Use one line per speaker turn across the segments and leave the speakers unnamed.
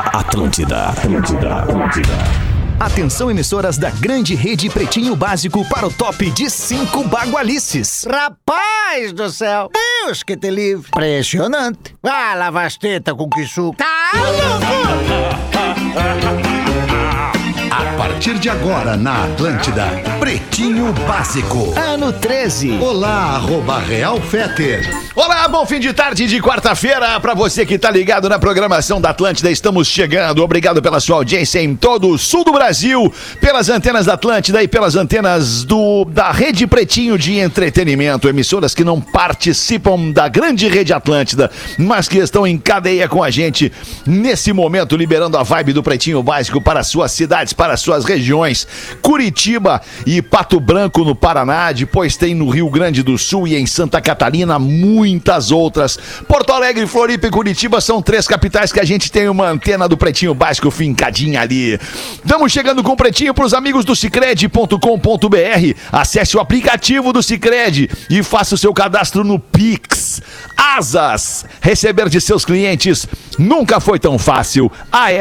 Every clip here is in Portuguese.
Atlântida. Atenção, emissoras da grande rede Pretinho Básico para o top de 5 bagualices.
Rapaz do céu, Deus que te livre. Impressionante. Ah, lava as tetas com que suco. Tá louco?
A partir de agora na Atlântida, Pretinho Básico.
Ano 13.
Olá, @Real Feter.
Olá, bom fim de tarde de quarta-feira para você que tá ligado na programação da Atlântida. Estamos chegando. Obrigado pela sua audiência em todo o sul do Brasil, pelas antenas da Atlântida e pelas antenas da Rede Pretinho de Entretenimento. Emissoras que não participam da grande Rede Atlântida, mas que estão em cadeia com a gente nesse momento, liberando a vibe do Pretinho Básico para suas cidades, para suas regiões. Curitiba e Pato Branco no Paraná, depois tem no Rio Grande do Sul e em Santa Catarina, muitas outras. Porto Alegre, Floripa e Curitiba são 3 capitais que a gente tem uma antena do Pretinho Básico fincadinha ali. Estamos chegando com o Pretinho para os amigos do Sicredi.com.br. Acesse o aplicativo do Sicredi e faça o seu cadastro no Pix. Asas, receber de seus clientes nunca foi tão fácil.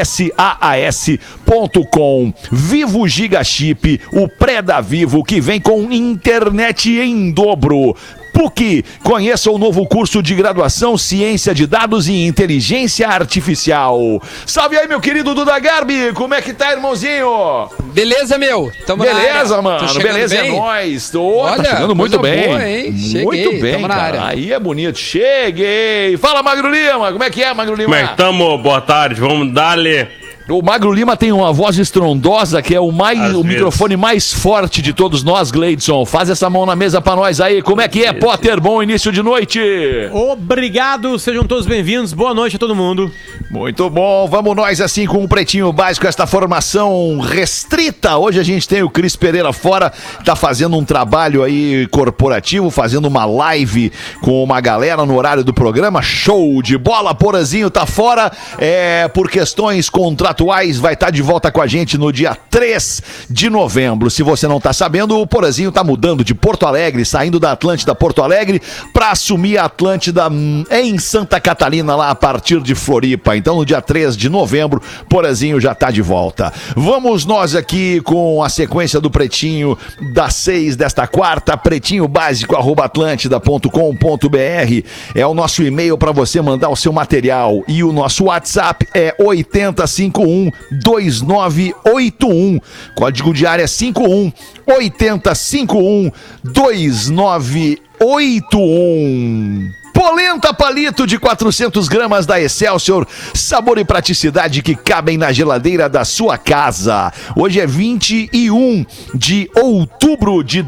ASAAS.com. Vivo Giga Chip, o pré da Vivo que vem com internet em dobro. PUC, conheça o novo curso de graduação Ciência de Dados e Inteligência Artificial. Salve aí, meu querido Duda Garbi, como é que tá, irmãozinho?
Beleza, meu?
Tamo beleza, mano, beleza, bem? É nóis. Olha, tá chegando muito bem. Boa, hein? Muito bem, cara. Aí é bonito. Cheguei. Fala, Magro Lima, como é que é, Magro Lima?
Como é que tamo? Boa tarde, vamos dar-lhe.
O Magro Lima tem uma voz estrondosa, que é o microfone mais forte de todos nós, Gleidson. Faz essa mão na mesa pra nós aí. Como é que é, Potter? Bom início de noite.
Obrigado, sejam todos bem-vindos. Boa noite a todo mundo.
Muito bom. Vamos nós assim com o Pretinho Básico, esta formação restrita. Hoje a gente tem o Cris Pereira fora, tá fazendo um trabalho aí corporativo, fazendo uma live com uma galera no horário do programa. Show de bola. Porazinho tá fora, por questões contratuais. Vai estar de volta com a gente no dia 3 de novembro. Se você não tá sabendo, o Porazinho tá mudando de Porto Alegre, saindo da Atlântida Porto Alegre para assumir a Atlântida em Santa Catarina, lá a partir de Floripa. Então no dia 3 de novembro, Porazinho já tá de volta. Vamos nós aqui com a sequência do Pretinho das 6 desta quarta, pretinhobásico@atlantida.com.br é o nosso e-mail para você mandar o seu material e o nosso WhatsApp é 8051-2981. Código de área 51 8051-2981. Polenta palito de 400 gramas da Excelsior, sabor e praticidade que cabem na geladeira da sua casa. Hoje é 21 de outubro de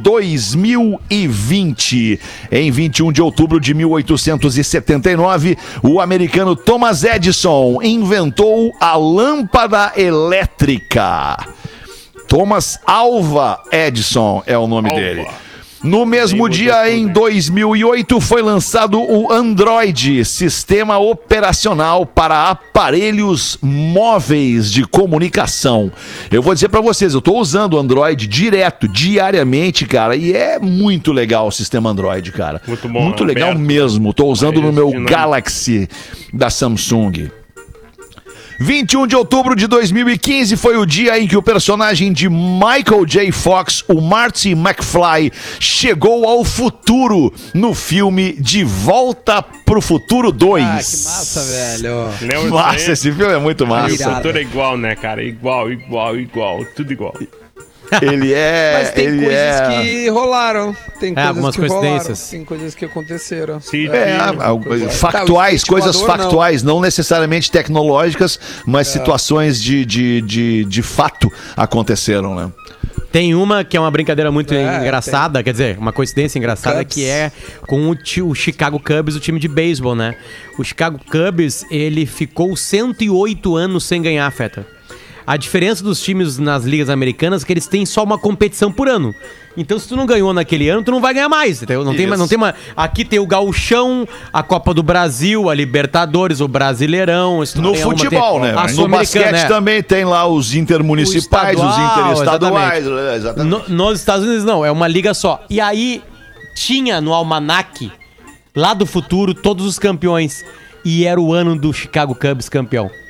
2020. Em 21 de outubro de 1879, o americano Thomas Edison inventou a lâmpada elétrica. Thomas Alva Edison é o nome dele. No mesmo dia, em 2008, foi lançado o Android, sistema operacional para aparelhos móveis de comunicação. Eu vou dizer pra vocês, eu tô usando o Android direto, diariamente, cara, e é muito legal o sistema Android, cara. Muito bom. Muito legal mesmo. Tô usando no meu Galaxy da Samsung. 21 de outubro de 2015 foi o dia em que o personagem de Michael J. Fox, o Marty McFly, chegou ao futuro no filme De Volta pro Futuro 2.
Ah, que massa, velho.
Massa, esse filme é muito massa.
O futuro é igual, né, cara? Igual, tudo igual.
Ele é...
Mas tem coisas que rolaram. Tem coisas
algumas
que
coincidências.
Rolaram. Tem coisas que aconteceram.
Sim,
factuais, coisas factuais, não necessariamente tecnológicas, mas situações de fato aconteceram, né?
Tem uma que é uma brincadeira muito engraçada, quer dizer, uma coincidência engraçada, Cubs. Que é com o Chicago Cubs, o time de beisebol, né? O Chicago Cubs, ele ficou 108 anos sem ganhar, Feta. A diferença dos times nas ligas americanas é que eles têm só uma competição por ano. Então, se tu não ganhou naquele ano, tu não vai ganhar mais. Entendeu? Não tem uma. Aqui tem o Gauchão, a Copa do Brasil, a Libertadores, o Brasileirão.
No futebol, né? No basquete também tem lá os intermunicipais, os interestaduais.
Exatamente. Nos Estados Unidos não, é uma liga só. E aí tinha no almanaque, lá do futuro, todos os campeões. E era o ano do Chicago Cubs campeão.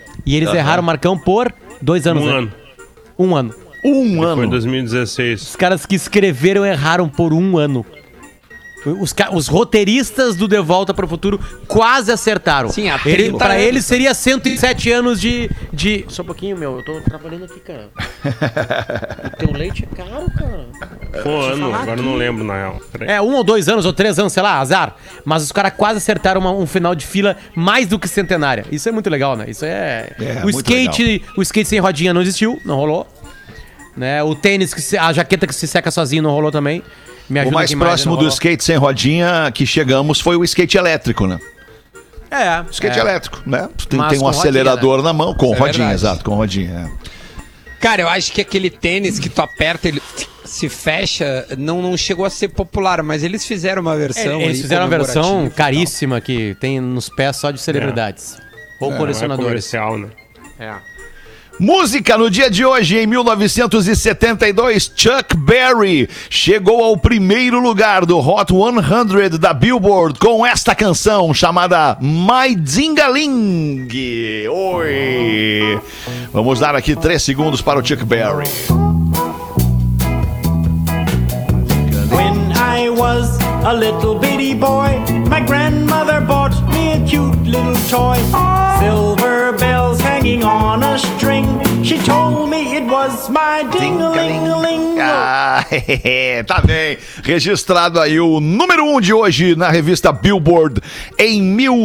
E eles erraram o Marcão por 2 anos.
Um
né?
ano.
1 ano.
Foi em 2016.
Os caras que escreveram erraram por 1 ano. Os roteiristas do De Volta para o Futuro quase acertaram.
Sim, há 30
Pra
anos.
eles seria 107 anos de... Só um pouquinho, meu. Eu tô trabalhando aqui, cara. O teu leite é caro, cara.
Foi um ano,
falar
agora eu não lembro, na real. Peraí.
1 ou 2 anos, ou 3 anos, sei lá, azar. Mas os caras quase acertaram um final de fila mais do que centenária. Isso é muito legal, né? Isso é... O skate sem rodinha não existiu, não rolou. Né? O tênis, a jaqueta que se seca sozinho não rolou também.
O mais próximo do skate sem rodinha que chegamos foi o skate elétrico, né? Skate elétrico, né? Tem um acelerador rodinha, né? Na mão, com rodinha, exato, com rodinha.
Cara, eu acho que aquele tênis que tu aperta, ele se fecha, não chegou a ser popular, mas eles fizeram uma versão.
Eles fizeram uma versão caríssima que tem nos pés só de celebridades. Ou colecionadores.
Não é comercial, né?
Música no dia de hoje, em 1972, Chuck Berry chegou ao primeiro lugar do Hot 100 da Billboard com esta canção chamada My Ding-a-Ling. Oi! Vamos dar aqui 3 segundos para o Chuck Berry.
When I was a little bitty boy, my grandmother bought me a cute little toy. Silver bells hanging on a string. She told me it was my ding-a-ling-a-ling.
Tá bem. Registrado aí o número 1 de hoje na revista Billboard em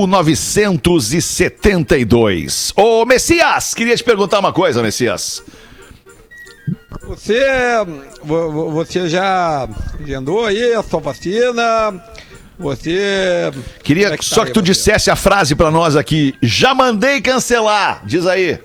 1972. Ô, Messias, queria te perguntar uma coisa, Messias.
Você já agendou aí a sua vacina? Você...
Queria só que tu dissesse a frase pra nós aqui. Já mandei cancelar. Diz aí.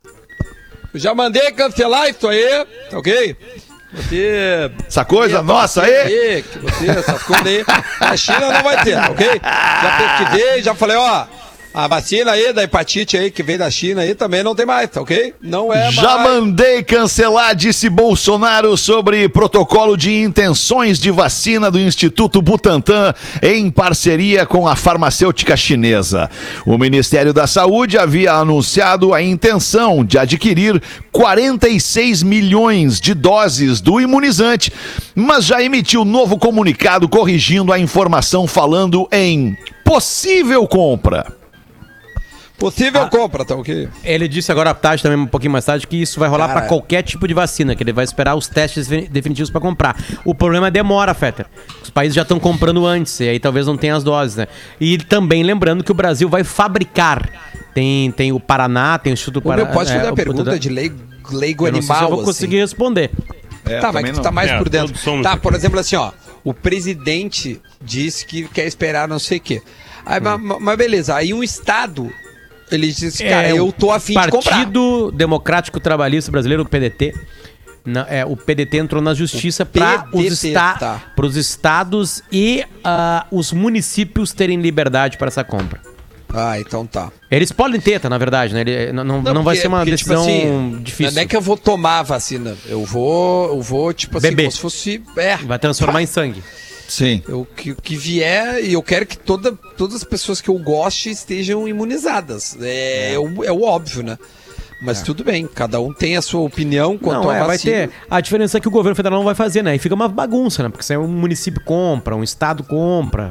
Já mandei cancelar isso aí, tá ok? Você...
Essa coisa nossa aí?
Essas coisas aí. Na China não vai ter, ok? Já pesquisei, já falei, ó... A vacina aí da hepatite aí que veio da China aí também não tem mais, tá ok? Não é mais.
Já mandei cancelar, disse Bolsonaro sobre protocolo de intenções de vacina do Instituto Butantan em parceria com a farmacêutica chinesa. O Ministério da Saúde havia anunciado a intenção de adquirir 46 milhões de doses do imunizante, mas já emitiu novo comunicado corrigindo a informação falando em possível compra.
Possível compra, tá ok?
Ele disse agora à tarde, também um pouquinho mais tarde, que isso vai rolar para qualquer tipo de vacina, que ele vai esperar os testes definitivos para comprar. O problema é demora, Fetter. Os países já estão comprando antes, e aí talvez não tenha as doses, né? E também lembrando que o Brasil vai fabricar. Tem o Paraná, tem o Instituto Paraná.
Posso fazer uma pergunta de leigo
eu não sei
animal?
Se eu vou conseguir responder.
Tá, mas tu tá mais por dentro. Tá,
aqui.
por exemplo, assim, ó. O presidente disse que quer esperar não sei o quê. Aí, mas beleza, aí um estado... Ele disse, cara, eu tô afim de comprar.
Partido Democrático Trabalhista Brasileiro, o PDT. O PDT entrou na justiça para os estados e os municípios terem liberdade para essa compra.
Ah, então tá.
Eles podem ter, na verdade, né? Não vai ser uma decisão tipo assim, difícil.
Não é que eu vou tomar a vacina. Eu vou tipo assim, como se fosse...
Vai transformar em sangue.
Sim.
O que vier, e eu quero que todas as pessoas que eu goste estejam imunizadas. É o óbvio, né? Mas tudo bem, cada um tem a sua opinião quanto à vacina.
Vai ter. A diferença é que o governo federal não vai fazer, né? E fica uma bagunça, né? Porque se um município compra, um estado compra...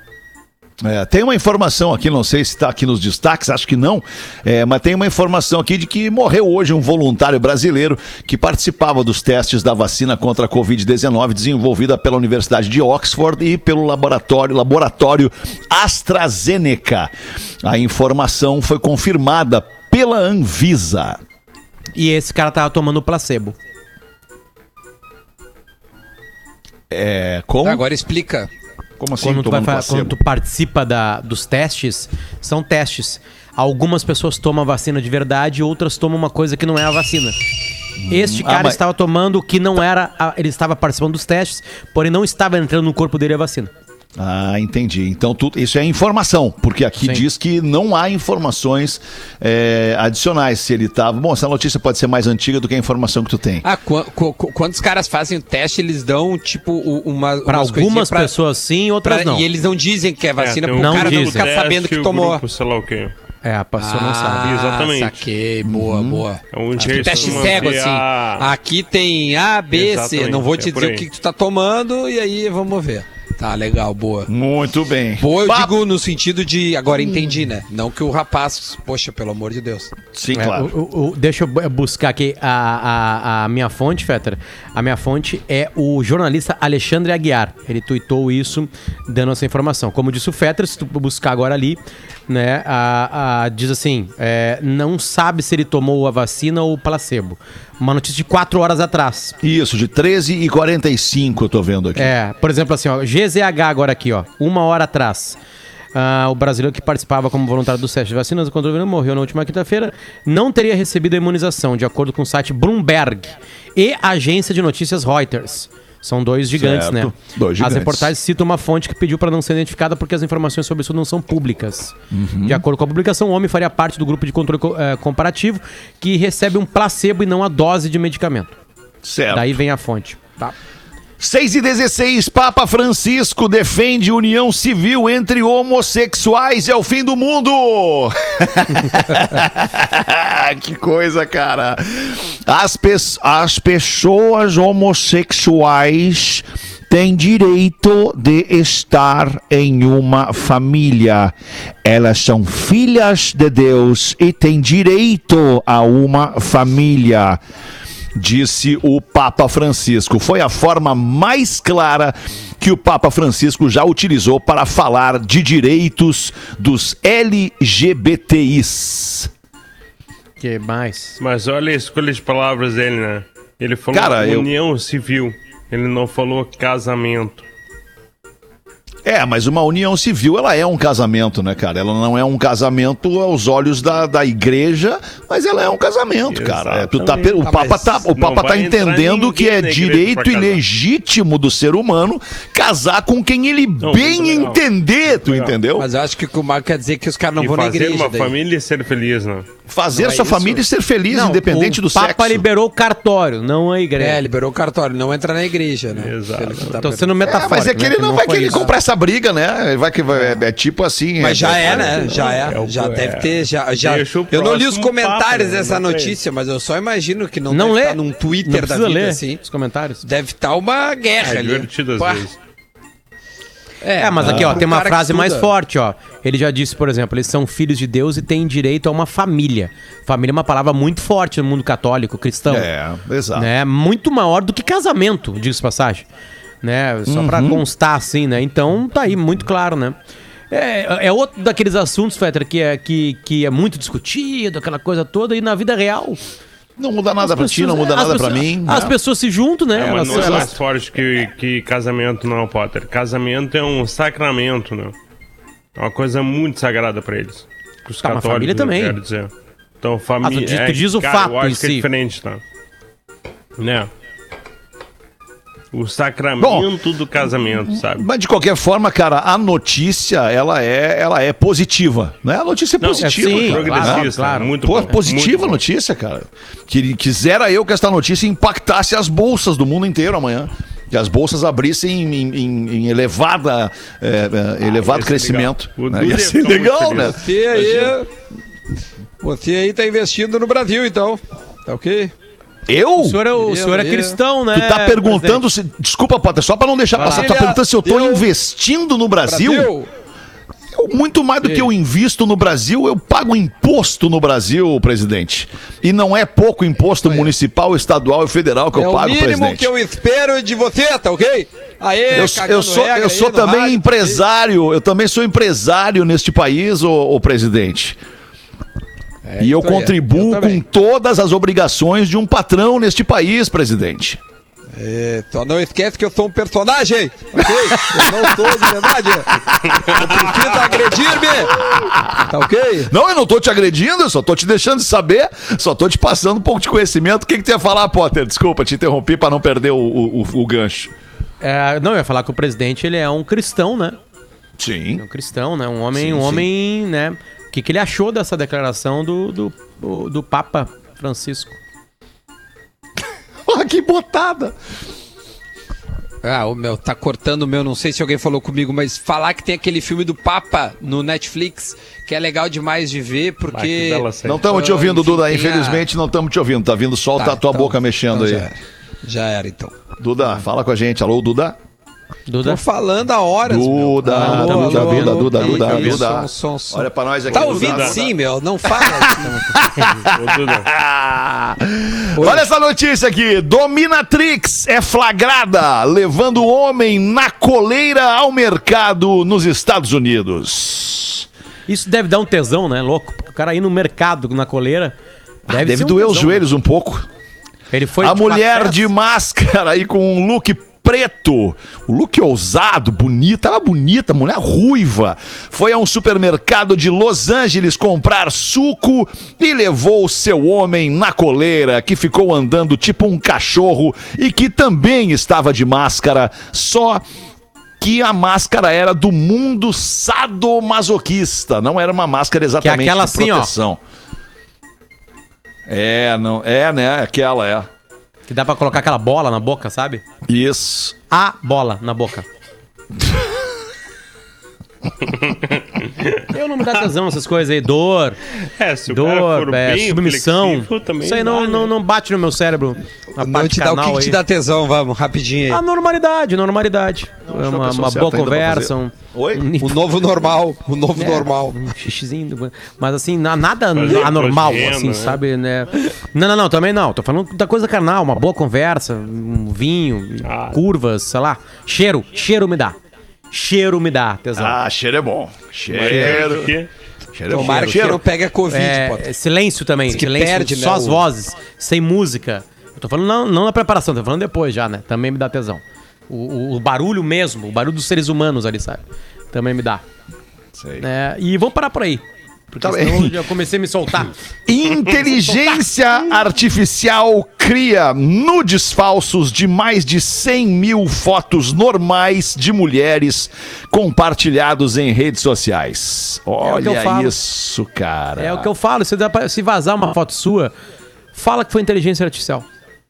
Tem uma informação aqui, não sei se está aqui nos destaques, acho que não, mas tem uma informação aqui de que morreu hoje um voluntário brasileiro que participava dos testes da vacina contra a Covid-19 desenvolvida pela Universidade de Oxford e pelo laboratório AstraZeneca. A informação foi confirmada pela Anvisa.
E esse cara tava tomando placebo.
Como?
Agora explica.
Como assim?
Quando tu participa dos testes, são testes. Algumas pessoas tomam a vacina de verdade, outras tomam uma coisa que não é a vacina. Este cara estava tomando o que não era... Ele estava participando dos testes, porém não estava entrando no corpo dele a vacina.
Ah, entendi. Então isso é informação, porque aqui diz que não há informações adicionais. Se ele estava... Bom, essa notícia pode ser mais antiga do que a informação que tu tem.
Quando os caras fazem o teste, eles dão, tipo,
para algumas pessoas sim, outras não.
E eles não dizem que é vacina, porque
o
cara
não
não fica sabendo que tomou.
Grupo, sei lá o quê.
A pessoa não sabe.
Exatamente.
Saquei, boa.
É um
Tipo
jeito
teste
de
cego,
manter
assim. Aqui tem A, B, C.
Exatamente,
Não vou te
é por
dizer
aí.
o que tu tá tomando e aí vamos ver. Tá, legal, boa.
Muito bem.
Boa, eu digo no sentido de... Agora entendi, né? Não que o rapaz... Poxa, pelo amor de Deus.
Sim, claro.
Deixa eu buscar aqui a minha fonte, Fetter. A minha fonte é o jornalista Alexandre Aguiar. Ele tuitou isso, dando essa informação. Como disse o Fetter, se tu buscar agora ali, né, diz assim, não sabe se ele tomou a vacina ou o placebo. Uma notícia de 4 horas atrás.
Isso, de 13h45 eu tô vendo aqui.
Por exemplo, assim, ó, GZH agora aqui, ó, 1 hora atrás. O brasileiro que participava como voluntário do teste de vacinas contra o vírus morreu na última quinta-feira, não teria recebido a imunização, de acordo com o site Bloomberg e a agência de notícias Reuters. São 2 gigantes,
Certo.
né?
2 gigantes.
As reportagens citam uma fonte que pediu para não ser identificada porque as informações sobre isso não são públicas. De acordo com a publicação, o homem faria parte do grupo de controle comparativo que recebe um placebo e não a dose de medicamento.
Certo.
Daí vem a fonte. Tá.
6h16, Papa Francisco defende união civil entre homossexuais. É o fim do mundo! Que coisa, cara. As pessoas homossexuais têm direito de estar em uma família. Elas são filhas de Deus e têm direito a uma família, disse o Papa Francisco. Foi a forma mais clara que o Papa Francisco já utilizou para falar de direitos dos LGBTIs.
Que mais?
Mas olha a escolha de palavras dele, né? Ele falou união civil. Ele não falou casamento.
Mas uma união civil, ela é um casamento, né, cara? Ela não é um casamento aos olhos da igreja, mas ela é um casamento, cara. O Papa tá entendendo que é direito e legítimo do ser humano casar com quem ele bem entender, tu entendeu?
Mas eu acho que o que o Marco quer dizer é que os caras não vão na igreja.
Fazer uma família e ser feliz, né?
Fazer sua família e ser feliz, independente do sexo.
O Papa liberou o cartório, não a igreja.
Liberou o cartório, não entra na igreja, né?
Exato.
Tô sendo metafórico.
Mas é que ele não vai querer comprar essa briga, né? É tipo assim.
Mas já é, né? Já deve ter. Eu não li os comentários dessa notícia, mas eu só imagino que não deve estar num Twitter da vida
ler
assim.
Os comentários.
Deve estar uma guerra ali.
Divertido às vezes.
Mas aqui, ó, tem uma frase mais forte, ó. Ele já disse, por exemplo, eles são filhos de Deus e têm direito a uma família. Família é uma palavra muito forte no mundo católico, cristão.
Exato.
Né? Muito maior do que casamento, diga-se de passagem. Né? Só pra constar, assim, né? Então, tá aí, muito claro, né? É outro daqueles assuntos, Fetter, que é muito discutido, aquela coisa toda, e na vida real...
Não muda nada pra ti, não muda nada pra mim.
As pessoas se juntam, né?
Mas não é mais forte que casamento, não, Potter. Casamento é um sacramento, né? É uma coisa muito sagrada pra eles. Os católicos,
família também.
Quero dizer. Então, família...
tu diz o fato
eu acho
em
que
si.
é diferente, tá? Né? O sacramento do casamento, sabe?
Mas de qualquer forma, cara, a notícia, ela é positiva, né? A notícia é positiva.
Sim,
cara,
progressista,
claro.
muito bom.
Positiva
muito
a notícia, cara. Quisera eu que esta notícia impactasse as bolsas do mundo inteiro amanhã. Que as bolsas abrissem em elevado crescimento.
Legal.
Ia ser legal, né?
Você aí tá investindo no Brasil, então. Tá ok?
Eu?
O senhor é cristão, né?
Tu tá perguntando se... Desculpa, Potter, só pra não deixar passar. Tu tá perguntando se eu tô investindo no Brasil? Muito mais do que eu invisto no Brasil, eu pago imposto no Brasil, presidente. E não é pouco imposto municipal, estadual e federal que eu pago, presidente.
É o mínimo que eu espero de você, tá ok?
Eu sou também empresário, eu também sou empresário neste país, ô presidente. E eu contribuo com todas as obrigações de um patrão neste país, presidente.
Só não esquece que eu sou um personagem, ok? Eu não sou de verdade. Não precisa agredir-me, tá ok?
Não, eu não tô te agredindo, eu só tô te deixando de saber, só tô te passando um pouco de conhecimento. O que tu ia falar, Potter? Desculpa, te interrompi pra não perder o gancho.
Não, eu ia falar que o presidente, ele é um cristão, né?
Sim.
É um cristão, né? Um homem, né? O que ele achou dessa declaração do Papa Francisco?
Que botada!
O meu, tá cortando o meu, não sei se alguém falou comigo, mas falar que tem aquele filme do Papa no Netflix, que é legal demais de ver, porque...
Não estamos te ouvindo,
enfim,
Duda,
tem
infelizmente não estamos te ouvindo, tá vindo só a tua
então-
boca mexendo
então
aí.
Já era, então.
Duda, fala com a gente, alô, Duda?
Tô falando há horas, meu.
Duda,
Alô,
Duda,
alô,
Duda,
alô.
Duda,
Ih,
Duda,
isso,
Duda.
som.
Olha pra nós aqui.
Tá
Duda,
ouvindo
Duda.
sim, meu, não fala.
Ô, Duda.
Olha essa notícia aqui. Dominatrix é flagrada levando homem na coleira ao mercado nos Estados Unidos.
Isso deve dar um tesão, né? Louco. O cara ir no mercado na coleira.
Deve
ser um
doer os
tesão,
joelhos um pouco.
né? Ele foi
A
de
mulher
quatro
de
peças.
máscara aí com um look preto, o look ousado, bonita, ela bonita, mulher ruiva, foi a um supermercado de Los Angeles comprar suco e levou seu homem na coleira, que ficou andando tipo um cachorro e que também estava de máscara, só que a máscara era do mundo sadomasoquista, não era uma máscara exatamente
Que é aquela
de
assim, ó.
proteção. Não, né? Aquela é.
Que dá pra colocar aquela bola na boca, sabe?
Isso.
A bola na boca. Eu não me dá tesão essas coisas aí. Dor,
Se o cara
dor,
for bem
submissão.
flexível, também
Isso aí
dá, né?
não bate no meu cérebro. A
Não
parte
te dá o
carnal
que te
aí.
dá tesão, vamos, rapidinho
A
aí.
normalidade.
Não,
Uma
pessoa
boa
certa ainda pra
conversa.
fazer. Oi?
O novo normal, normal.
Um xixizinho. Mas assim, nada
Fazer
anormal,
imposto de
assim,
renda, né?
sabe? Né? Não, também não. Tô falando da coisa carnal, uma boa conversa, um vinho, curvas, sei lá. Cheiro me dá. Cheiro me dá, tesão.
Ah, cheiro é bom. Cheiro é
Tomara que não pegue a Covid, Potter.
Silêncio também.
Diz que
Silêncio,
perde,
só
né,
as
o-
vozes, sem música. Eu tô falando não na preparação, tô falando depois já, né? Também me dá tesão. O barulho mesmo, o barulho dos seres humanos ali, sabe? Também me dá.
Sei.
E vamos parar por aí. Porque
Tá
senão
bem.
eu já comecei a me soltar.
Inteligência artificial cria nudes falsos de mais de 100 mil fotos normais de mulheres compartilhados em redes sociais.
que eu
Olha
falo.
isso, cara.
É o que eu falo, se vazar uma foto sua, fala que foi inteligência artificial.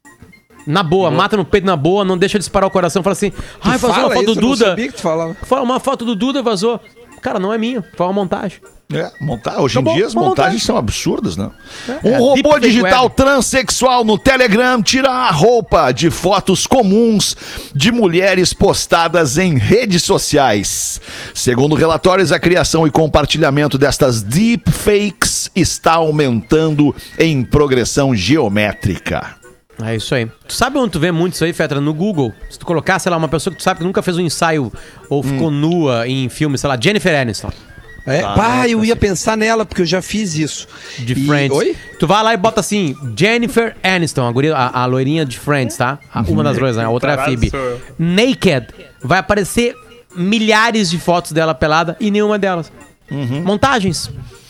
Na boa, mata no peito na boa, não deixa disparar o coração. Fala assim, ai, vazou uma foto do
Eu não
Duda.
sabia que tu falava.
Uma foto do Duda vazou. Cara, não é minha, foi uma montagem.
Hoje em
Acabou,
dia as
uma
montagens
montagem.
são absurdas, né?
É
Um robô
deepfake
digital
web.
transexual no Telegram tira a roupa de fotos comuns de mulheres postadas em redes sociais. Segundo relatórios, a criação e compartilhamento destas deepfakes está aumentando em progressão geométrica.
É isso aí. Tu sabe onde tu vê muito isso aí, Fetra? No Google. Se tu colocar, sei lá, uma pessoa que tu sabe que nunca fez um ensaio ou ficou nua em filme, sei lá, Jennifer Aniston,
Eu ia pensar nela, porque eu já fiz isso.
de
E-
Friends.
Oi?
Tu vai lá e bota assim, Jennifer Aniston, a loirinha de Friends, tá? Uma das loiras, né? A outra é a
Tarado
Phoebe.
sou eu.
Naked. Vai aparecer milhares de fotos dela pelada e nenhuma delas. Montagens.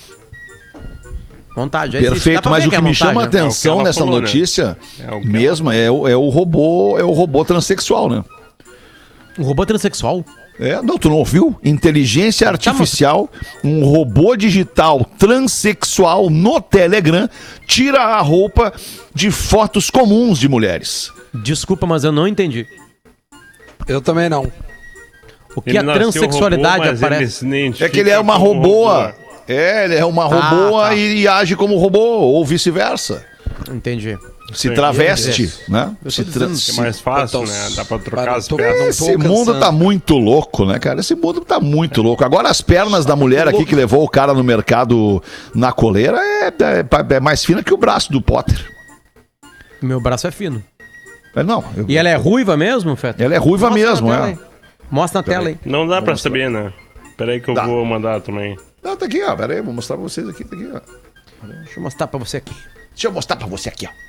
Montagem. Existe. Dá
Perfeito,
pra
mas
ver
o que
é
me
montagem,
chama a
né?
atenção
É o que ela
nessa
falou, né?
notícia
É o que
mesmo é o robô transexual, né?
Um robô transexual?
Não, tu não ouviu? Inteligência artificial, um robô digital transexual no Telegram tira a roupa de fotos comuns de mulheres.
Desculpa, mas eu não entendi.
Eu também não.
O que a transexualidade aparece?
É que ele é uma robôa. Ele é uma robôa
tá.
e age como robô, ou vice-versa.
Entendi.
Se
Sim.
traveste, né?
Eu
Se
tô
tra-
dizendo
É mais fácil,
Então,
né? Dá pra trocar
para-
as
tô-
peças.
Esse
Tô
mundo
cansando.
tá muito louco, né, cara? Esse mundo tá muito louco. Agora as pernas da mulher aqui que levou o cara no mercado na coleira é mais fina que o braço do Potter.
Meu braço é fino.
Não,
E ela é ruiva mesmo, Feta?
ela é ruiva
Mostra
mesmo,
na tela
é.
aí. Mostra na tela aí.
Não dá pra saber, né? Peraí que eu
Dá.
vou mandar também.
Não, tá aqui, ó. Pera aí, vou mostrar pra vocês aqui. Tá aqui, ó.
Deixa eu mostrar pra você aqui.
Deixa eu mostrar pra você aqui, ó.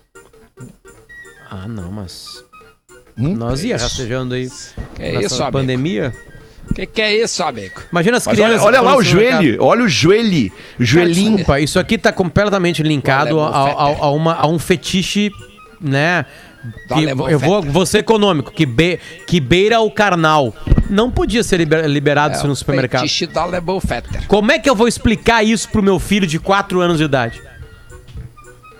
Ah, não, mas... Nós ia rastejando aí
Que é
nessa
isso, amigo?
pandemia.
Que é isso, amigo?
Imagina as
Mas
crianças...
olha lá o
que estão nesse mercado.
joelho, olha o joelho. Joelhinho.
Desculpa, isso aqui tá completamente linkado
Dá level
a um fetiche, né?
Dá
Que
level
eu vou ser econômico, que beira o carnal. Não podia ser liberado isso no supermercado.
Fetiche da Double Fetter.
Como é que eu vou explicar isso pro meu filho de 4 anos de idade?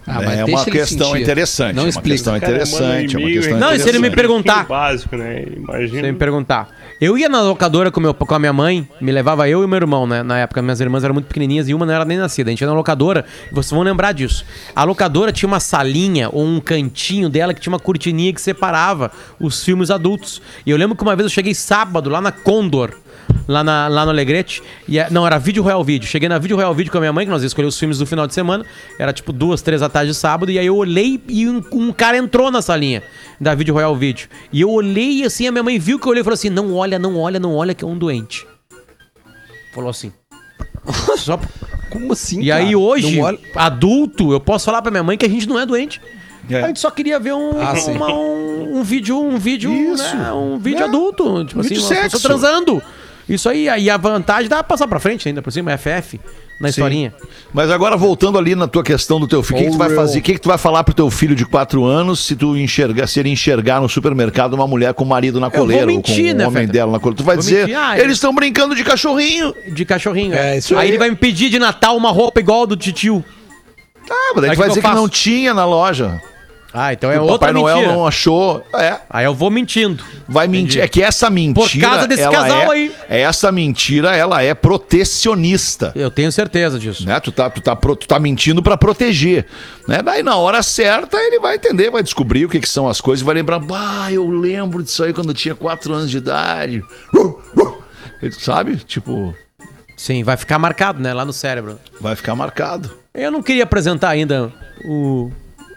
Ah, mas
É
deixa
uma
ele
questão
sentir.
interessante.
Não
é uma
explica.
questão
Cara,
interessante.
manda
É uma
e-mail,
questão
Não, e se ele me
interessante.
perguntar?
Básico, né? Imagina.
Sem me perguntar. Eu ia na locadora com a minha mãe, me levava eu e meu irmão, né? Na época, minhas irmãs eram muito pequenininhas e uma não era nem nascida. A gente ia na locadora, e vocês vão lembrar disso. A locadora tinha uma salinha ou um cantinho dela que tinha uma cortininha que separava os filmes adultos. E eu lembro que uma vez eu cheguei sábado lá na Condor, lá no Alegrete. Não, era Vídeo Royal Vídeo. Cheguei na Vídeo Royal Vídeo com a minha mãe, que nós ia escolher os filmes do final de semana. Era tipo 2, 3 da tarde de sábado. E aí eu olhei e um cara entrou na salinha da Vídeo Royal Vídeo. E eu olhei assim, a minha mãe viu que eu olhei e falou assim: não olha, que é um doente. Falou assim. Só...
Como assim,
E
cara?
aí hoje,
Não olha-
adulto, eu posso falar pra minha mãe que a gente não é doente.
É.
A gente só queria ver
sim.
um vídeo,
Isso.
né? Um vídeo adulto. Tipo
Vídeo
assim, uma
sexo.
pessoa transando. Isso aí, aí a vantagem dá pra passar pra frente ainda por cima, FF, na historinha.
Mas agora, voltando ali na tua questão do teu filho, o que tu vai fazer? O que tu vai falar pro teu filho de 4 anos se ele enxergar no supermercado uma mulher com o marido na coleira,
mentir,
ou com
né,
o homem
Feta?
dela na coleira? Tu vai
Vou
dizer,
mentir,
eles estão brincando de cachorrinho.
De cachorrinho.
É, isso
aí
aí.
ele vai me pedir de Natal uma roupa igual do titio.
Ah, mas daí
Aí
tu vai
que
dizer
eu
que
faço?
não tinha na loja.
Ah, então é
o
outra
Papai Noel
mentira.
não achou. É.
Aí eu vou mentindo.
Vai mentir. É que essa mentira.
Por causa desse
ela
casal aí.
Essa mentira, ela é protecionista.
Eu tenho certeza disso.
Né? Tu tá mentindo pra proteger. Né? Daí na hora certa ele vai entender, vai descobrir o que são as coisas e vai lembrar. Bah, eu lembro disso aí quando eu tinha 4 anos de idade. Ele sabe? Tipo,
Sim, vai ficar marcado, né? Lá no cérebro.
vai ficar marcado.
Eu não queria apresentar ainda o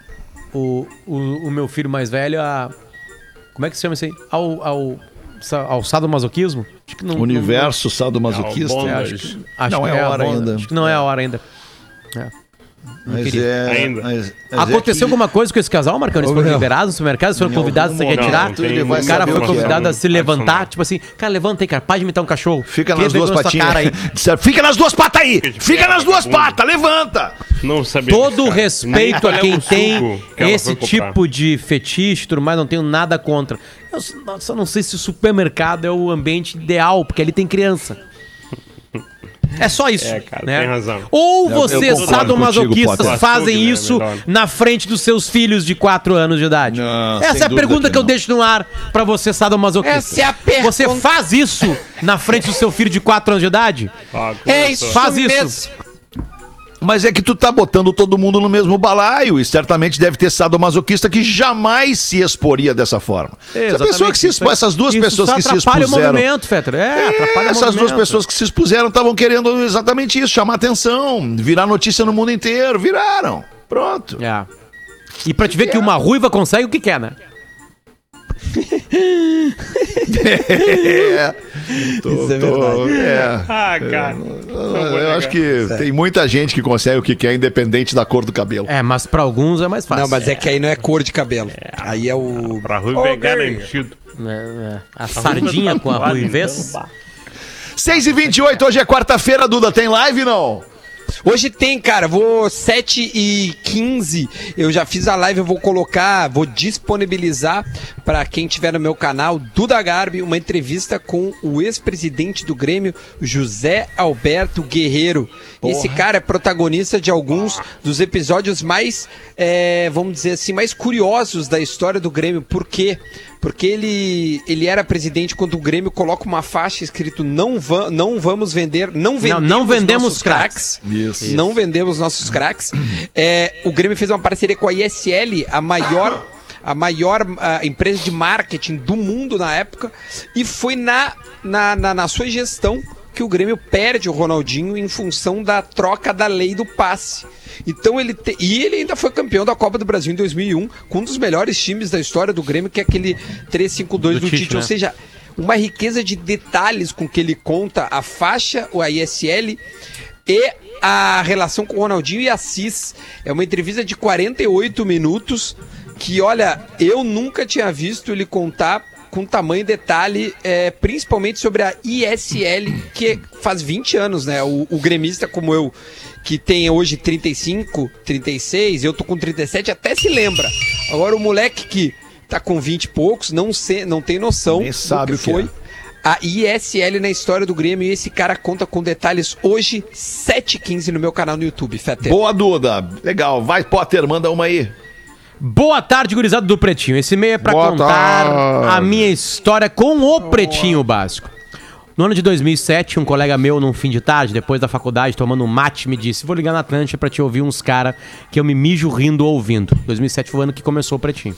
meu filho mais velho a... Como é que se chama isso aí? Ao sadomasoquismo? Acho que não...
Universo sadomasoquista.
Não,
acho que, acho
Não
que
é a hora
bom,
ainda.
Acho que não é a hora ainda.
Mas
queria.
é.
Ainda.
mas
Aconteceu alguma coisa com esse casal, Marcão? Eles foram liberados no supermercado, eles foram convidados a se
algum
retirar.
momento ele
O
vai
cara
saber
foi
o que é.
convidado a se levantar,
Adicional.
tipo assim, cara, levanta aí, cara, para de imitar um cachorro.
Fica
Queria
nas
ver
duas
sua
patinhas.
cara aí.
Disseram, fica nas duas patas aí! Fica nas duas patas, levanta!
Não sabia.
Todo
cara.
respeito
Nem
a quem
o
tem
suco que ela
esse
foi comprar.
tipo de fetiche, e tudo mais, não tenho nada contra. Eu só não sei se o supermercado é o ambiente ideal, porque ali tem criança. É só isso.
É, cara,
né?
tem razão.
Ou
Eu
vocês,
concordo
sadomasoquistas,
contigo, Potter.
fazem
Açougue, né,
isso
melhor.
na frente dos seus filhos de 4 anos de idade?
Não,
Essa
sem
é a
dúvida
pergunta
que
que eu
não.
deixo no ar pra você, sadomasoquista.
Essa é a pergunta.
Você faz isso na frente do seu filho de 4 anos de idade?
Ah,
É
começou.
isso
Faz isso.
mesmo.
Mas é que tu tá botando todo mundo no mesmo balaio e certamente deve ter sadomasoquista que jamais se exporia dessa forma. Essa pessoa que se expôs, essas duas pessoas que se
atrapalha o
expuseram.
movimento, Fetter. Atrapalha o
Essas duas
movimento.
pessoas que se expuseram estavam querendo exatamente isso, chamar atenção, virar notícia no mundo inteiro. Viraram. Pronto.
É. E pra te ver que uma ruiva consegue o que quer, né?
Isso é verdade.
Ah, cara.
Eu acho que tem muita gente que consegue o que quer, independente da cor do cabelo.
É, mas pra alguns é mais fácil.
Não, mas é que aí não é cor de cabelo. Aí é o...
Pra Rui é garantido.
A sardinha com a ruivez.
6h28, hoje é quarta-feira, Duda. Tem live, não?
Hoje tem, cara, vou 7h15, eu já fiz a live, eu vou colocar, vou disponibilizar pra quem tiver no meu canal, Duda Garbi, uma entrevista com o ex-presidente do Grêmio, José Alberto Guerreiro. Esse cara é protagonista de alguns dos episódios mais, vamos dizer assim, mais curiosos da história do Grêmio. Por quê? Porque ele era presidente quando o Grêmio coloca uma faixa escrito não vamos vender, não vendemos nossos craques.
Isso.
Não vendemos nossos craques. O Grêmio fez uma parceria com a ISL, a maior empresa de marketing do mundo na época, e foi na sua gestão que o Grêmio perde o Ronaldinho em função da troca da lei do passe. Então ele ainda foi campeão da Copa do Brasil em 2001, com um dos melhores times da história do Grêmio, que é aquele 3-5-2 do Tite,
né?
ou seja, uma riqueza de detalhes com que ele conta a faixa, a ISL e a relação com o Ronaldinho e a Assis. É uma entrevista de 48 minutos que, olha, eu nunca tinha visto ele contar com tamanho detalhe, principalmente sobre a ISL, que faz 20 anos, né? O gremista como eu, que tem hoje 35, 36, eu tô com 37, até se lembra. Agora o moleque que tá com 20 e poucos, não tem noção
Nem sabe
do
o que
foi
é.
a ISL na história do Grêmio e esse cara conta com detalhes hoje, 7h15 no meu canal no YouTube, Fete.
Boa, Duda. Legal. Vai, Potter, manda uma aí.
Boa tarde, gurizada do Pretinho. Esse e-mail é pra contar a minha história com o Pretinho Básico. No ano de 2007, um colega meu, num fim de tarde, depois da faculdade, tomando um mate, me disse: vou ligar na Atlântida pra te ouvir uns caras que eu me mijo rindo ouvindo. 2007 foi o ano que começou o Pretinho.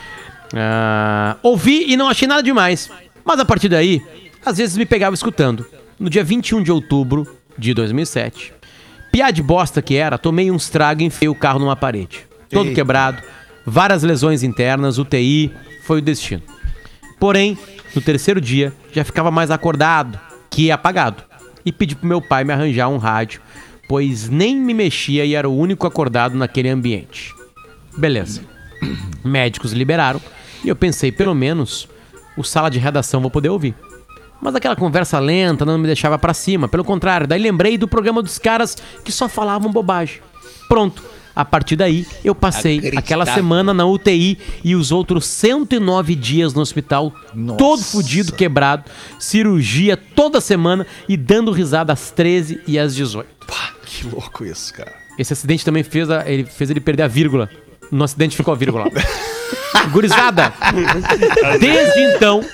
Ouvi e não achei nada demais. Mas a partir daí, às vezes me pegava escutando. No dia 21 de outubro de 2007, piá de bosta que era, tomei um estrago e enfiei o carro numa parede. Todo quebrado, várias lesões internas, UTI, foi o destino. Porém, no terceiro dia, já ficava mais acordado que apagado. E pedi pro meu pai me arranjar um rádio, pois nem me mexia e era o único acordado naquele ambiente. Beleza. Médicos liberaram e eu pensei, pelo menos, o sala de redação vou poder ouvir. Mas aquela conversa lenta não me deixava pra cima, pelo contrário, daí lembrei do programa dos caras que só falavam bobagem. Pronto. A partir daí, eu passei aquela semana na UTI e os outros 109 dias no hospital, todo fudido, quebrado, cirurgia toda semana e dando risada às 13 e às 18.
Pá, que louco isso, cara.
Esse acidente também fez ele perder a vírgula. No acidente ficou a vírgula. Gurizada, desde então,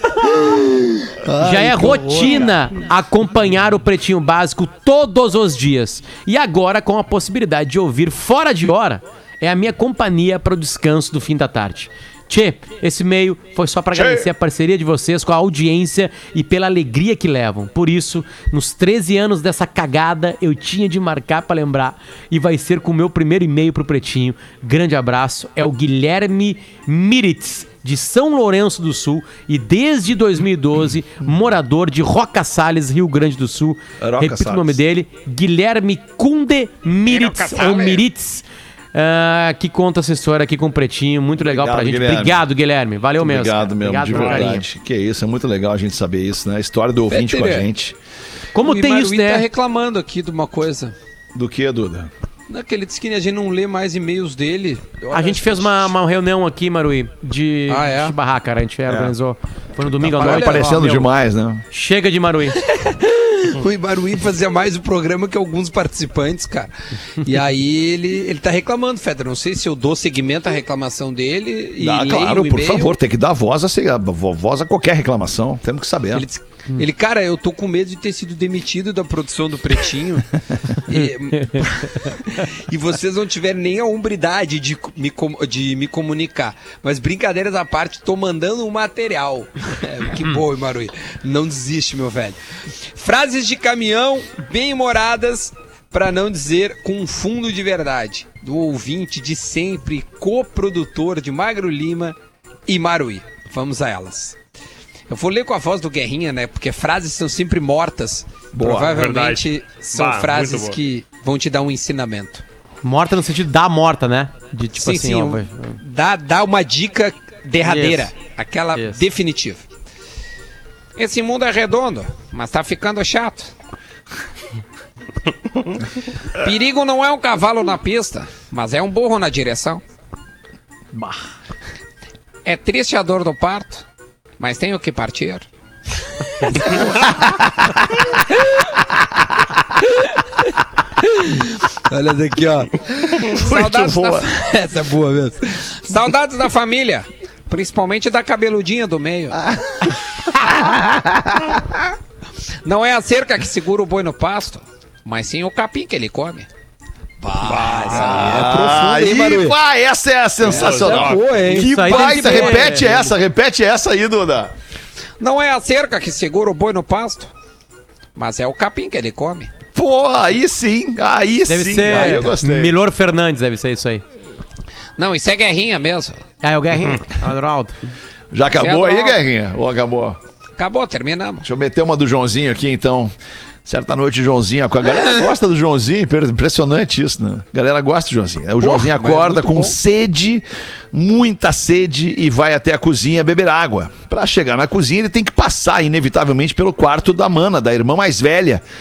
já é rotina acompanhar o Pretinho Básico todos os dias. E agora, com a possibilidade de ouvir fora de hora, é a minha companhia para o descanso do fim da tarde. Tchê, esse e-mail foi só para agradecer a parceria de vocês com a audiência e pela alegria que levam. Por isso, nos 13 anos dessa cagada, eu tinha de marcar para lembrar. E vai ser com o meu primeiro e-mail pro Pretinho. Grande abraço. É o Guilherme Miritz, de São Lourenço do Sul. E desde 2012, morador de Roca Salles, Rio Grande do Sul. Repito o nome dele, Guilherme Kunde Miritz, ou Miritz. Que conta essa história aqui com o Pretinho. Muito legal. Obrigado, pra gente. Guilherme. Obrigado, Guilherme. Valeu mesmo.
Obrigado mesmo, obrigado de verdade. Que isso, é muito legal a gente saber isso, né? A história do ouvinte com a gente.
Como tem
Maruí
isso, né?
Tá reclamando aqui de uma coisa.
Do que, Duda?
Ele disse que a gente não lê mais e-mails dele.
A gente fez uma reunião aqui, Maruí, de barraca, cara. A gente organizou. Foi no domingo à noite.
Tá aparecendo demais, né?
Chega de Maruí.
O Ibaruí fazia mais o programa que alguns participantes, cara. E aí ele tá reclamando, Feder. Não sei se eu dou seguimento à reclamação dele e
claro, por favor, tem que dar voz a qualquer reclamação. Temos que saber.
Ele, cara, eu tô com medo de ter sido demitido da produção do Pretinho e vocês não tiverem nem a hombridade de me comunicar. Mas brincadeiras à parte, tô mandando um material. Que bom, Ibaruí. Não desiste, meu velho. Frases de caminhão bem humoradas, pra não dizer com fundo de verdade, do ouvinte de sempre, coprodutor de Magro Lima e Maruí. Vamos a elas. Eu vou ler com a voz do Guerrinha, né? Porque frases são sempre mortas.
Boa,
provavelmente
verdade.
são frases que vão te dar um ensinamento.
Morta no sentido da morta, né? De tipo
Sim, dá uma dica derradeira.
Isso.
Aquela definitiva. Esse mundo é redondo, mas tá ficando chato. Perigo não é um cavalo na pista, mas é um burro na direção. É triste a dor do parto, mas tenho que partir. Olha daqui, ó. Saudades Essa é boa mesmo. Saudades da família, principalmente da cabeludinha do meio. Não é a cerca que segura o boi no pasto, mas sim o capim que ele come.
Essa é a sensacional. Que baita, repete essa aí, Duda.
Não é a cerca que segura o boi no pasto, mas é o capim que ele come.
Pô, aí sim.
Deve ser
aí eu gostei.
Milor Fernandes, deve ser isso aí.
Não, isso é Guerrinha mesmo.
É o Guerrinha. Adroaldo.
Já acabou aí, Guerrinha? Ou acabou?
Acabou, terminamos.
Deixa eu meter uma do Joãozinho aqui, então. Certa noite, Joãozinho. A galera gosta do Joãozinho, impressionante isso, né? A galera gosta do Joãozinho. O Joãozinho acorda com sede, muita sede, e vai até a cozinha beber água. Pra chegar na cozinha, ele tem que passar, inevitavelmente, pelo quarto da Mana, da irmã mais velha.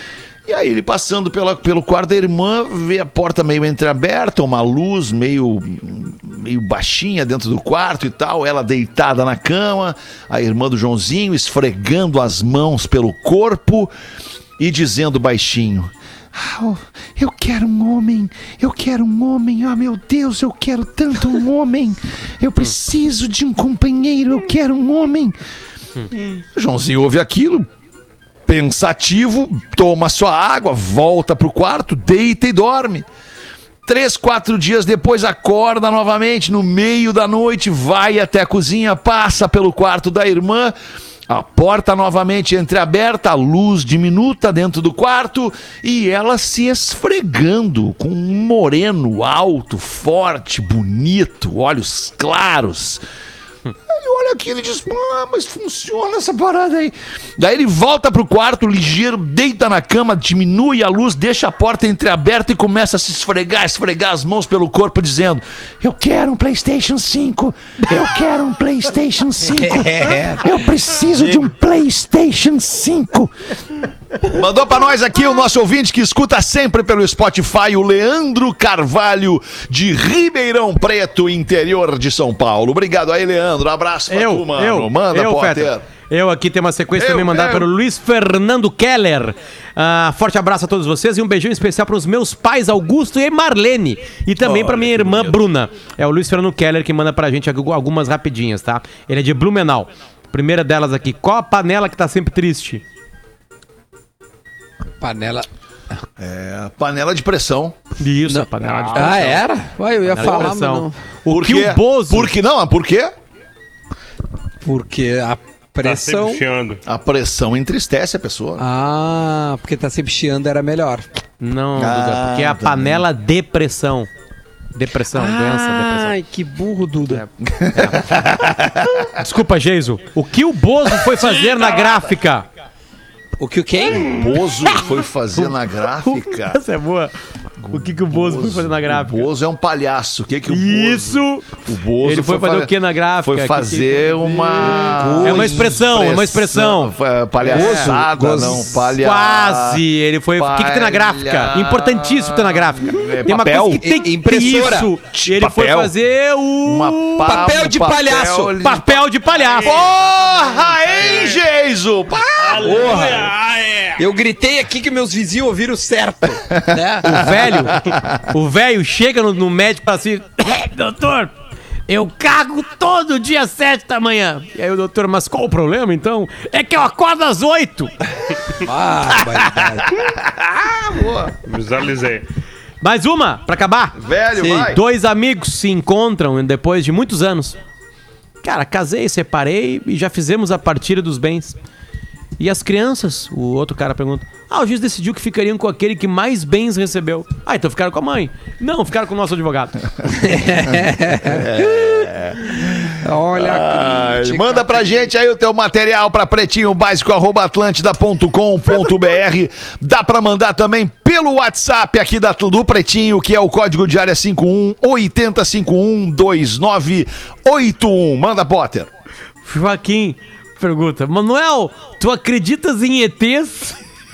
E aí ele passando pelo quarto da irmã, vê a porta meio entreaberta, uma luz meio baixinha dentro do quarto e tal, ela deitada na cama, a irmã do Joãozinho esfregando as mãos pelo corpo e dizendo baixinho: eu quero um homem, oh meu Deus, eu quero tanto um homem, eu preciso de um companheiro, eu quero um homem. O Joãozinho ouve aquilo, pensativo, toma sua água, volta pro quarto, deita e dorme. 3, 4 dias depois acorda novamente, no meio da noite, vai até a cozinha, passa pelo quarto da irmã, a porta novamente entreaberta, a luz diminuta dentro do quarto e ela se esfregando com um moreno alto, forte, bonito, olhos claros. Ele olha aquilo e diz: mas funciona essa parada aí. Daí ele volta pro quarto ligeiro, deita na cama, diminui a luz, deixa a porta entreaberta e começa a se esfregar as mãos pelo corpo, dizendo: eu quero um PlayStation 5, eu quero um PlayStation 5, eu preciso de um PlayStation 5. Mandou pra nós aqui o nosso ouvinte que escuta sempre pelo Spotify, o Leandro Carvalho, de Ribeirão Preto, interior de São Paulo. Obrigado aí, Leandro. Abraço pra tu, mano. Manda, Potter.
Eu aqui tenho uma sequência também mandada pelo Luiz Fernando Keller. Forte abraço a todos vocês e um beijão especial para os meus pais Augusto e Marlene. E também para minha irmã Bruna. É o Luiz Fernando Keller que manda pra gente algumas rapidinhas, tá? Ele é de Blumenau. Primeira delas aqui: qual a panela que tá sempre triste?
Panela.
Panela de pressão.
Isso, panela de pressão.
Era? Ué, eu ia falar, mas não.
O que o Bozo...
Por que não? Por quê?
Porque a pressão...
Tá sempre chiando.
A pressão entristece a pessoa.
Porque tá sempre chiando era melhor.
Não, Duda, porque é a panela depressão. Depressão, doença, depressão.
Ai, que burro, Duda.
Desculpa, Geiso. O que o Bozo foi fazer na gráfica?
O que o quem?
O Bozo foi fazer na gráfica.
Essa é boa. O que o Bozo foi fazer na gráfica?
O Bozo é um palhaço. O que o Bozo...
Isso!
O Bozo
ele foi fazer o que na gráfica?
Foi fazer uma...
É uma expressão, é uma expressão.
Palhaçada, não, palhaço.
Quase! Ele foi... O que tem na gráfica? Importantíssimo ter na gráfica. Tem uma
papel?
coisa que tem
impressora.
Isso. Ele foi fazer o...
Papel de palhaço.
Papel de palhaço.
Porra, hein, Geiso?
Porra! Eu gritei aqui que meus vizinhos ouviram certo, né?
O velho chega no médico e fala assim: doutor, eu cago todo dia às 7 da manhã. E aí o doutor: mas qual o problema então? É que eu acordo às 8.
Boa.
Visualizei.
Mais uma, pra acabar.
Velho,
Sim.
vai.
2 amigos se encontram depois de muitos anos. Cara, casei, separei e já fizemos a partilha dos bens. E as crianças? O outro cara pergunta: o juiz decidiu que ficariam com aquele que mais bens recebeu. Então ficaram com a mãe. Não, ficaram com o nosso advogado.
Olha
aqui. Manda pra gente aí o teu material pra pretinhobásico@atlântida.com.br. Dá pra mandar também pelo WhatsApp aqui do Pretinho, que é o código de área 51 8051 2981. Manda, Potter.
Joaquim pergunta: Manuel, tu acreditas em ETs?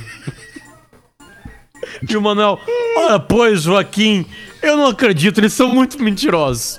E o Manuel: ora, pois, Joaquim, eu não acredito, eles são muito mentirosos.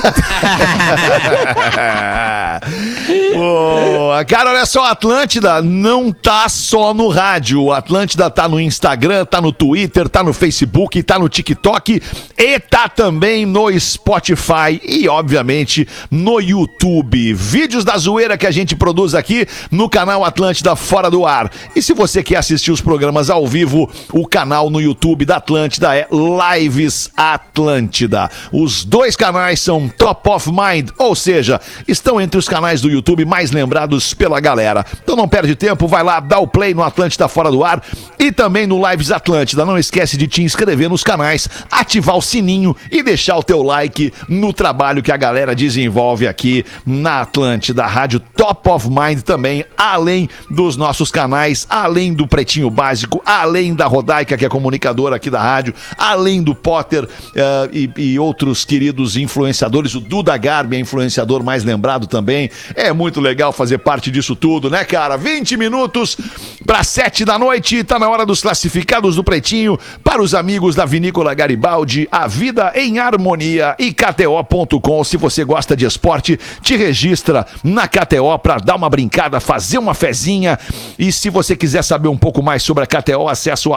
Cara, olha só, a Atlântida não tá só no rádio. A Atlântida tá no Instagram, tá no Twitter, tá no Facebook, tá no TikTok e tá também no Spotify e, obviamente, no YouTube. Vídeos da zoeira que a gente produz aqui no canal Atlântida Fora do Ar. E se você quer assistir os programas ao vivo, o canal no YouTube da Atlântida é Lives Atlântida. Os dois canais são Top of Mind, ou seja, estão entre os canais do YouTube mais lembrados pela galera. Então não perde tempo, vai lá, dá o play no Atlântida Fora do Ar e também no Lives Atlântida. Não esquece de te inscrever nos canais, ativar o sininho e deixar o teu like no trabalho que a galera desenvolve aqui na Atlântida, Rádio Top of Mind também, além dos nossos canais, além do Pretinho Básico, além da Rodaica, que é comunicadora aqui da rádio, além do Potter e outros queridos influenciadores. O Duda Garbi é influenciador mais lembrado também. É muito muito legal fazer parte disso tudo, né, cara? 20 minutos para 7 da noite, tá na hora dos classificados do Pretinho para os amigos da Vinícola Garibaldi, a vida em harmonia e KTO.com. Se você gosta de esporte, te registra na KTO para dar uma brincada, fazer uma fezinha. E se você quiser saber um pouco mais sobre a KTO, acessa o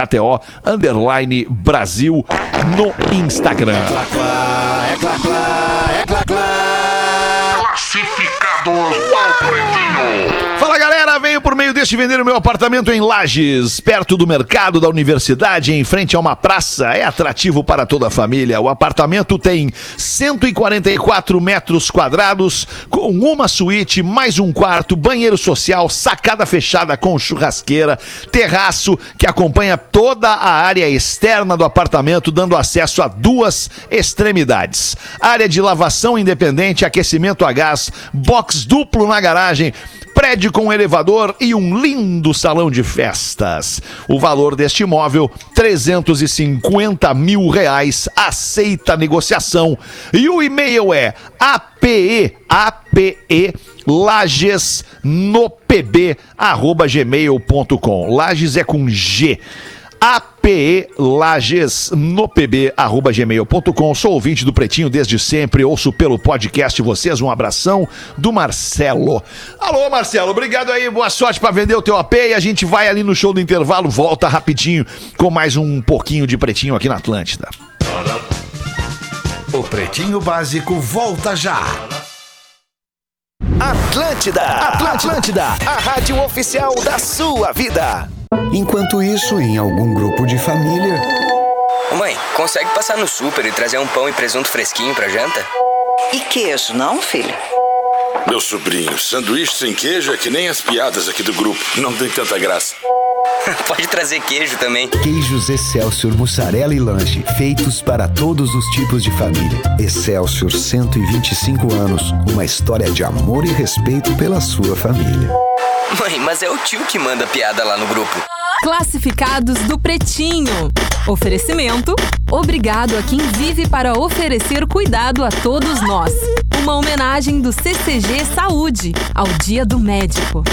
@KTO_Brasil no Instagram. Classificados do Pretinho. Fala, galera, venho por meio deste vender o meu apartamento em Lages, perto do mercado da universidade, em frente a uma praça. É atrativo para toda a família. O apartamento tem 144 metros quadrados, com uma suíte, mais um quarto, banheiro social, sacada fechada com churrasqueira, terraço que acompanha toda a área externa do apartamento, dando acesso a 2 extremidades. Área de lavação independente, aquecimento a gás, box duplo na garagem, prédio com elevador e um lindo salão de festas. O valor deste imóvel, R$350 mil, aceita negociação. E o e-mail é apeLagesNoPB@gmail.com. Lages é com G. apeLagesNoPB@gmail.com. Sou ouvinte do Pretinho desde sempre, ouço pelo podcast vocês. Um abração do Marcelo. Alô, Marcelo, obrigado aí, boa sorte pra vender o teu AP e a gente vai ali no show do intervalo, volta rapidinho com mais um pouquinho de Pretinho aqui na Atlântida.
O Pretinho Básico volta já.
Atlântida, a rádio oficial da sua vida.
Enquanto isso, em algum grupo de família...
Mãe, consegue passar no super e trazer um pão e presunto fresquinho pra janta?
E queijo, não, filho?
Meu sobrinho, sanduíche sem queijo é que nem as piadas aqui do grupo. Não tem tanta graça.
Pode trazer queijo também.
Queijos Excelsior, mussarela e lanche, feitos para todos os tipos de família. Excelsior, 125 anos, uma história de amor e respeito pela sua família.
Mãe, mas é o tio que manda piada lá no grupo.
Classificados do Pretinho. Oferecimento: obrigado a quem vive para oferecer cuidado a todos nós. Uma homenagem do CCG Saúde ao Dia do Médico.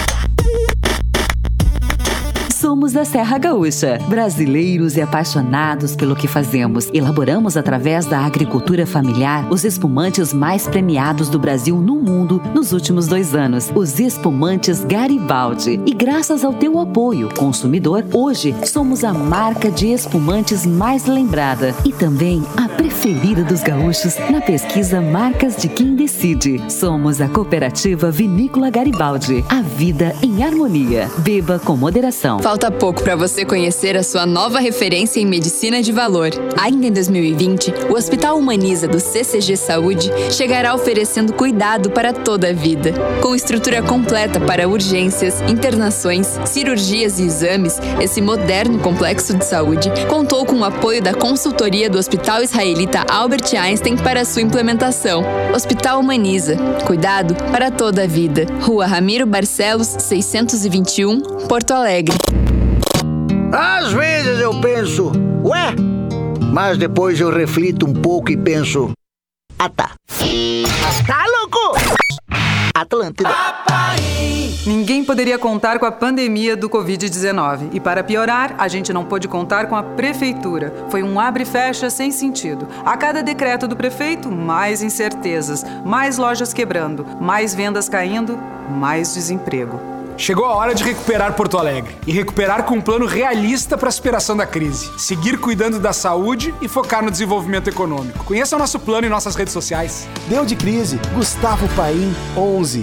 Somos da Serra Gaúcha, brasileiros e apaixonados pelo que fazemos. Elaboramos através da agricultura familiar os espumantes mais premiados do Brasil no mundo nos últimos 2 anos, os espumantes Garibaldi. E graças ao teu apoio, consumidor, hoje somos a marca de espumantes mais lembrada e também a preferida dos gaúchos na pesquisa Marcas de Quem Decide. Somos a cooperativa Vinícola Garibaldi, a vida em harmonia. Beba com moderação.
Falta pouco para você conhecer a sua nova referência em medicina de valor. Ainda em 2020, o Hospital Humaniza do CCG Saúde chegará oferecendo cuidado para toda a vida. Com estrutura completa para urgências, internações, cirurgias e exames, esse moderno complexo de saúde contou com o apoio da consultoria do Hospital Israelita Albert Einstein para sua implementação. Hospital Humaniza. Cuidado para toda a vida. Rua Ramiro Barcelos, 621, Porto Alegre.
Às vezes eu penso, ué? Mas depois eu reflito um pouco e penso, tá. Tá louco? Atlântida.
Ninguém poderia contar com a pandemia do Covid-19. E para piorar, a gente não pôde contar com a prefeitura. Foi um abre e fecha sem sentido. A cada decreto do prefeito, mais incertezas, mais lojas quebrando, mais vendas caindo, mais desemprego.
Chegou a hora de recuperar Porto Alegre e recuperar com um plano realista para a superação da crise. Seguir cuidando da saúde e focar no desenvolvimento econômico. Conheça o nosso plano em nossas redes sociais.
Deu de crise, Gustavo Paim, 11.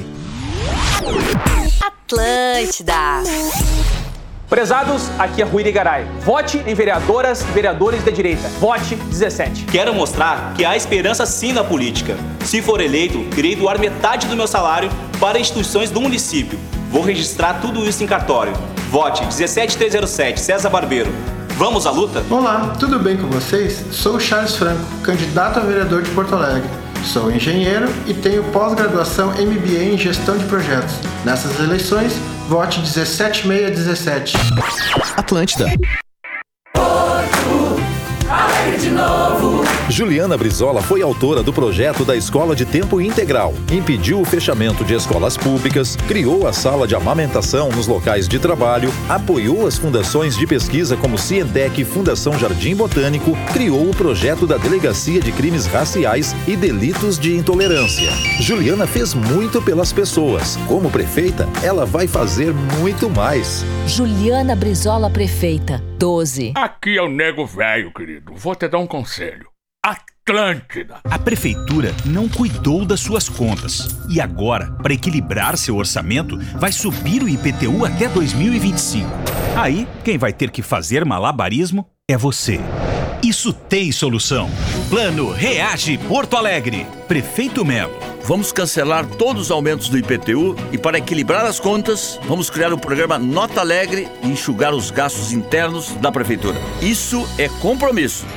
Atlântida.
Prezados, aqui é Rui Garay. Vote em vereadoras e vereadores da direita. Vote 17.
Quero mostrar que há esperança sim na política. Se for eleito, irei doar metade do meu salário para instituições do município. Vou registrar tudo isso em cartório. Vote 17307, César Barbeiro. Vamos à luta?
Olá, tudo bem com vocês? Sou o Charles Franco, candidato a vereador de Porto Alegre. Sou engenheiro e tenho pós-graduação MBA em Gestão de Projetos. Nessas eleições, vote 17617.
Atlântida.
Porto Alegre de novo.
Juliana Brizola foi autora do projeto da Escola de Tempo Integral, impediu o fechamento de escolas públicas, criou a sala de amamentação nos locais de trabalho, apoiou as fundações de pesquisa como Cientec e Fundação Jardim Botânico, criou o projeto da Delegacia de Crimes Raciais e Delitos de Intolerância. Juliana fez muito pelas pessoas. Como prefeita, ela vai fazer muito mais.
Juliana Brizola, prefeita, 12.
Aqui é o nego velho, querido. Vou te dar um conselho. Atlântida.
A prefeitura não cuidou das suas contas. E agora, para equilibrar seu orçamento, vai subir o IPTU até 2025. Aí, quem vai ter que fazer malabarismo é você. Isso tem solução. Plano Reage Porto Alegre. Prefeito Melo.
Vamos cancelar todos os aumentos do IPTU e, para equilibrar as contas, vamos criar o programa Nota Alegre e enxugar os gastos internos da prefeitura. Isso é compromisso.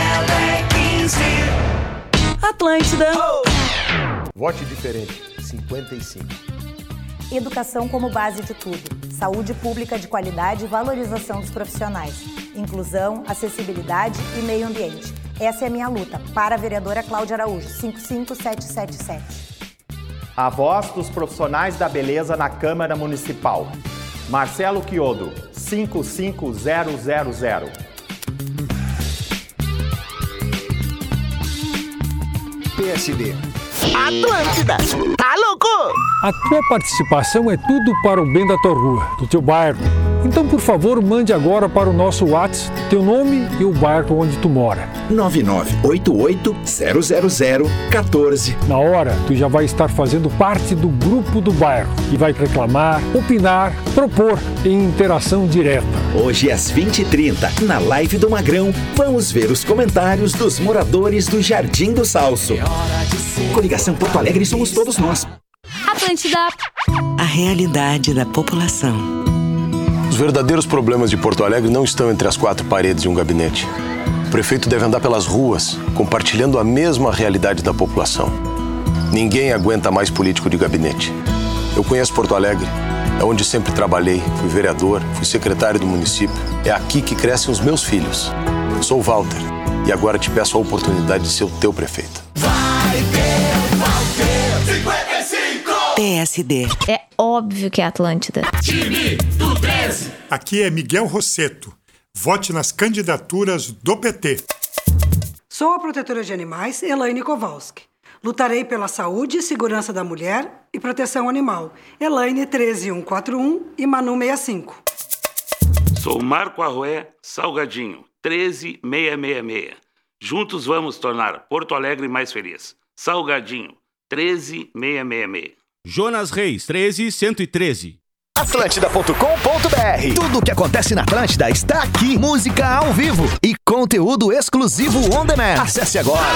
Atlântida.
Vote diferente. 55.
Educação como base de tudo. Saúde pública de qualidade e valorização dos profissionais. Inclusão, acessibilidade e meio ambiente. Essa é a minha luta. Para a vereadora Cláudia Araújo, 55777.
A voz dos profissionais da beleza na Câmara Municipal. Marcelo Chiodo, 55000.
PSD. Atlântida. Tá louco?
A tua participação é tudo para o bem da tua rua, do teu bairro. Então, por favor, mande agora para o nosso WhatsApp teu nome e o bairro onde tu mora.
9988-000-14.
Na hora, tu já vai estar fazendo parte do grupo do bairro e vai reclamar, opinar, propor em interação direta.
Hoje às 20h30, na live do Magrão, vamos ver os comentários dos moradores do Jardim do Salso. Coligação Porto Alegre, somos todos nós.
Atlântida.
A realidade da população.
Os verdadeiros problemas de Porto Alegre não estão entre as quatro paredes de um gabinete. O prefeito deve andar pelas ruas, compartilhando a mesma realidade da população. Ninguém aguenta mais político de gabinete. Eu conheço Porto Alegre, é onde sempre trabalhei, fui vereador, fui secretário do município. É aqui que crescem os meus filhos. Eu sou o Walter e agora te peço a oportunidade de ser o teu prefeito.
Vai ter 55! PSD.
É óbvio que é Atlântida.
Time do 13.
Aqui é Miguel Rosseto. Vote nas candidaturas do PT.
Sou a protetora de animais, Elaine Kowalski. Lutarei pela saúde e segurança da mulher e proteção animal. Elaine 13141 e Manu 65.
Sou Marco Arrué Salgadinho, 13666. Juntos vamos tornar Porto Alegre mais feliz. Salgadinho, 13666.
Jonas Reis, 13113. Atlântida.com.br. Tudo o que acontece na Atlântida está aqui. Música ao vivo e conteúdo exclusivo on demand. Acesse agora.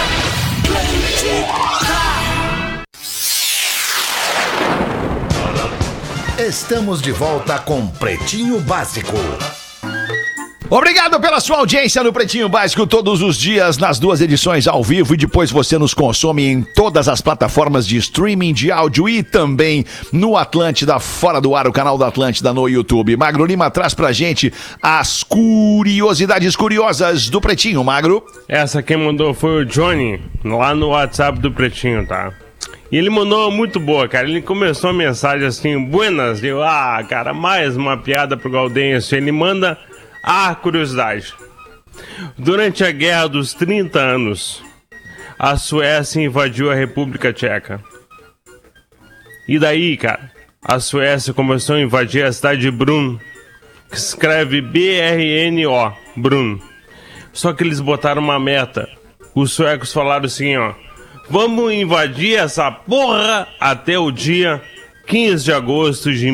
Estamos de volta com Pretinho Básico.
Obrigado pela sua audiência no Pretinho Básico todos os dias, nas duas edições ao vivo, e depois você nos consome em todas as plataformas de streaming de áudio e também no Atlântida Fora do Ar, o canal da Atlântida no YouTube. Magro Lima traz pra gente as curiosidades curiosas do Pretinho, Magro.
Essa quem mandou foi o Johnny, lá no WhatsApp do Pretinho, tá? E ele mandou muito boa, cara. Ele começou a mensagem assim, buenas, deu, cara, mais uma piada pro Gaudêncio. Ele manda a curiosidade. Durante a Guerra dos 30 Anos, a Suécia invadiu a República Tcheca. E daí, cara, a Suécia começou a invadir a cidade de Brno, que se escreve B-R-N-O, Brno. Só que eles botaram uma meta. Os suecos falaram assim, vamos invadir essa porra até o dia 15 de agosto de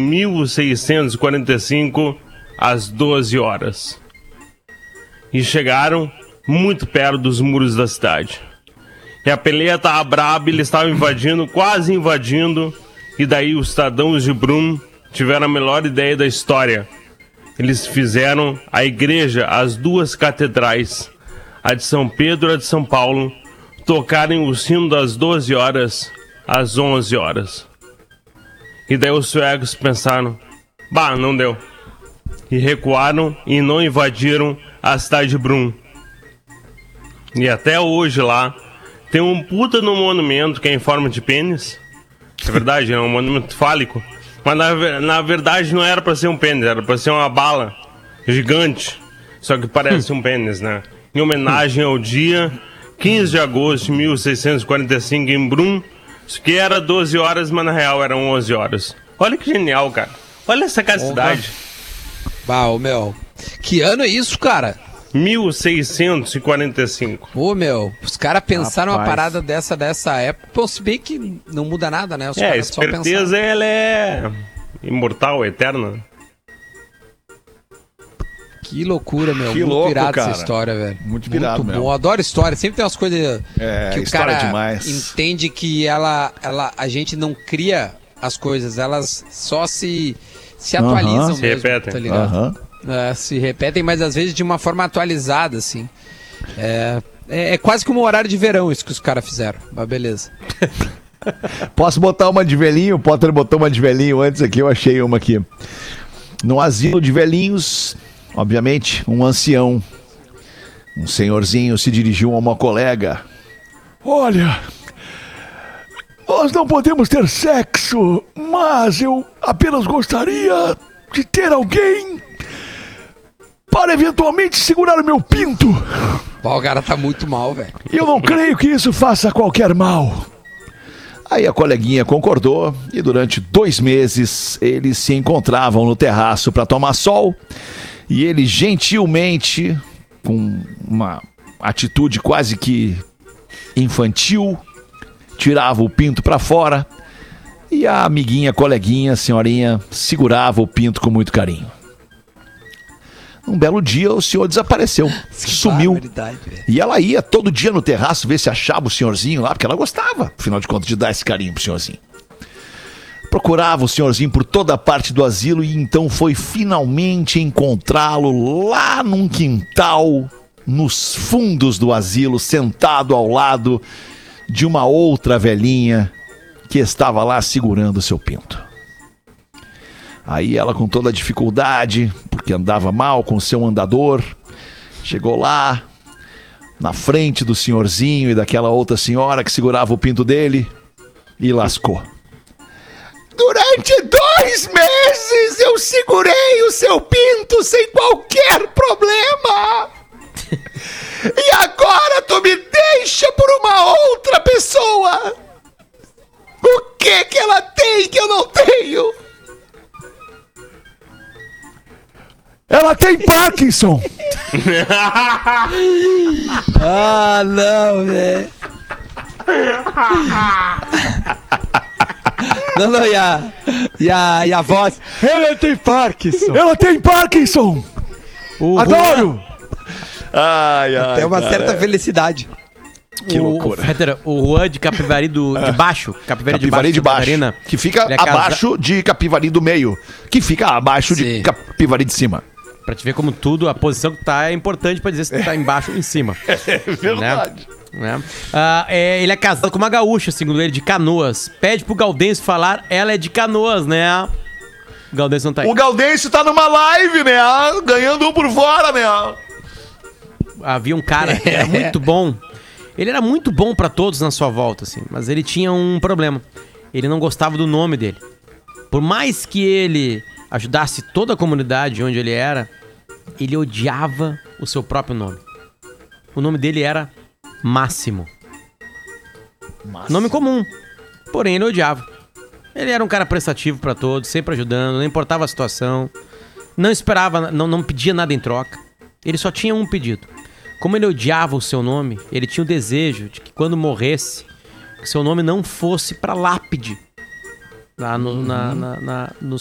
1645, às 12 horas. E chegaram muito perto dos muros da cidade. E a peleia tava braba, eles estavam invadindo, quase invadindo. E daí os cidadãos de Brno tiveram a melhor ideia da história. Eles fizeram a igreja, as duas catedrais, a de São Pedro e a de São Paulo, tocarem o sino das 12 horas às 11 horas. E daí os suecos pensaram, não deu. E recuaram e não invadiram a cidade de Brno. E até hoje lá tem um puta no monumento que é em forma de pênis. É verdade, é um monumento fálico. Mas na verdade não era pra ser um pênis, era pra ser uma bala gigante. Só que parece um pênis, né? Em homenagem ao dia 15 de agosto de 1645 em Brum. Isso que era 12 horas, mas na real eram 11 horas. Olha que genial, cara. Olha essa capacidade.
Bah, meu. Que ano é isso, cara?
1645.
Ô, meu, os caras pensaram uma parada dessa época. Pô, se bem que não muda nada, né? Os
a esperteza, ela é imortal, eterna.
Que loucura, meu.
Que
muito
louco,
pirado
cara.
essa história, velho.
Muito pirado,
muito
meu.
bom. Adoro história. Sempre tem umas coisas que o cara
demais.
entende que a gente não cria as coisas, elas só se atualizam mesmo.
Se repetem.
Tá ligado? Se repetem, mas às vezes de uma forma atualizada, assim. É quase como um horário de verão isso que os caras fizeram. Mas beleza.
Posso botar uma de velhinho? O Potter botou uma de velhinho antes aqui, eu achei uma aqui. No asilo de velhinhos, obviamente, um ancião, um senhorzinho se dirigiu a uma colega. Olha, nós não podemos ter sexo, mas eu apenas gostaria de ter alguém para eventualmente segurar o meu pinto.
O cara tá muito mal, velho.
Eu não creio que isso faça qualquer mal. Aí a coleguinha concordou e durante 2 meses eles se encontravam no terraço para tomar sol e ele gentilmente, com uma atitude quase que infantil, tirava o pinto para fora e a amiguinha, coleguinha, a senhorinha, segurava o pinto com muito carinho. Um belo dia o senhor desapareceu, sumiu. E ela ia todo dia no terraço ver se achava o senhorzinho lá, porque ela gostava, afinal de contas, de dar esse carinho pro senhorzinho. Procurava o senhorzinho por toda a parte do asilo e então foi finalmente encontrá-lo lá num quintal, nos fundos do asilo, sentado ao lado de uma outra velhinha que estava lá segurando o seu pinto. Aí ela, com toda a dificuldade, porque andava mal com o seu andador, chegou lá, na frente do senhorzinho e daquela outra senhora que segurava o pinto dele, e lascou. Durante 2 meses eu segurei o seu pinto sem qualquer problema. E agora tu me deixa por uma outra pessoa. O que ela tem que eu não tenho? Ela tem Parkinson.
Ah, não, velho. Não, e a voz. Ela tem Parkinson.
Ela tem Parkinson. Adoro.
Tem uma certa felicidade.
Que loucura.
O Juan de Capivari de Baixo. Capivari de Baixo.
Que fica abaixo de Capivari do Meio. Que fica abaixo de Capivari de Cima.
Pra te ver como tudo, a posição que tá é importante pra dizer se tu tá embaixo ou em cima.
É verdade.
Né? Ele é casado com uma gaúcha, segundo ele, de Canoas. Pede pro Gaudêncio falar, ela é de Canoas, né? O Gaudêncio não tá aí.
O Gaudêncio tá numa live, né? Ganhando um por fora, né?
Havia um cara que era muito bom. Ele era muito bom pra todos na sua volta, assim. Mas ele tinha um problema. Ele não gostava do nome dele. Por mais que ele ajudasse toda a comunidade onde ele era, ele odiava o seu próprio nome. O nome dele era Máximo. Nome comum, porém ele odiava. Ele era um cara prestativo pra todos, sempre ajudando, não importava a situação, não esperava, não pedia nada em troca. Ele só tinha um pedido. Como ele odiava o seu nome, ele tinha o desejo de que quando morresse, que seu nome não fosse pra lápide. Lá no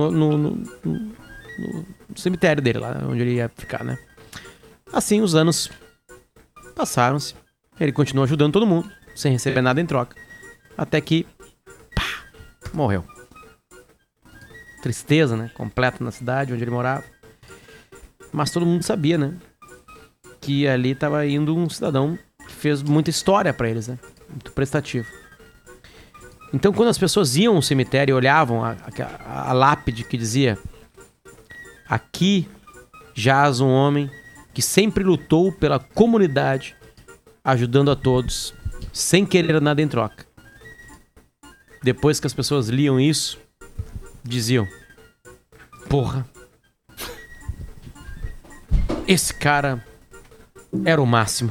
cemitério dele, lá onde ele ia ficar, né? Assim, os anos passaram-se. Ele continuou ajudando todo mundo, sem receber nada em troca. Até que, morreu. Tristeza, né? Completa na cidade onde ele morava. Mas todo mundo sabia, né? Que ali estava indo um cidadão que fez muita história pra eles, né? Muito prestativo. Então, quando as pessoas iam ao cemitério e olhavam a lápide que dizia: aqui jaz um homem que sempre lutou pela comunidade ajudando a todos, sem querer nada em troca. Depois que as pessoas liam isso, diziam: porra, esse cara era o máximo.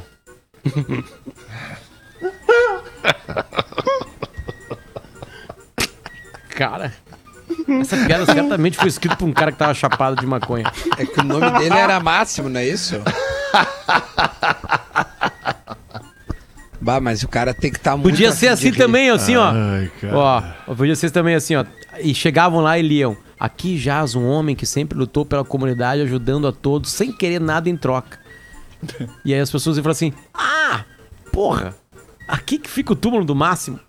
Cara, essa piada certamente foi escrita por um cara que tava chapado de maconha.
É que o nome dele era Máximo, não é isso? Bah, mas o cara tem que estar muito...
Podia ser assim também, assim, ó.
Ai, cara.
Ó, podia ser também assim, ó. E chegavam lá e liam: aqui jaz um homem que sempre lutou pela comunidade, ajudando a todos, sem querer nada em troca. E aí as pessoas iam falar assim: ah, porra, aqui que fica o túmulo do Máximo.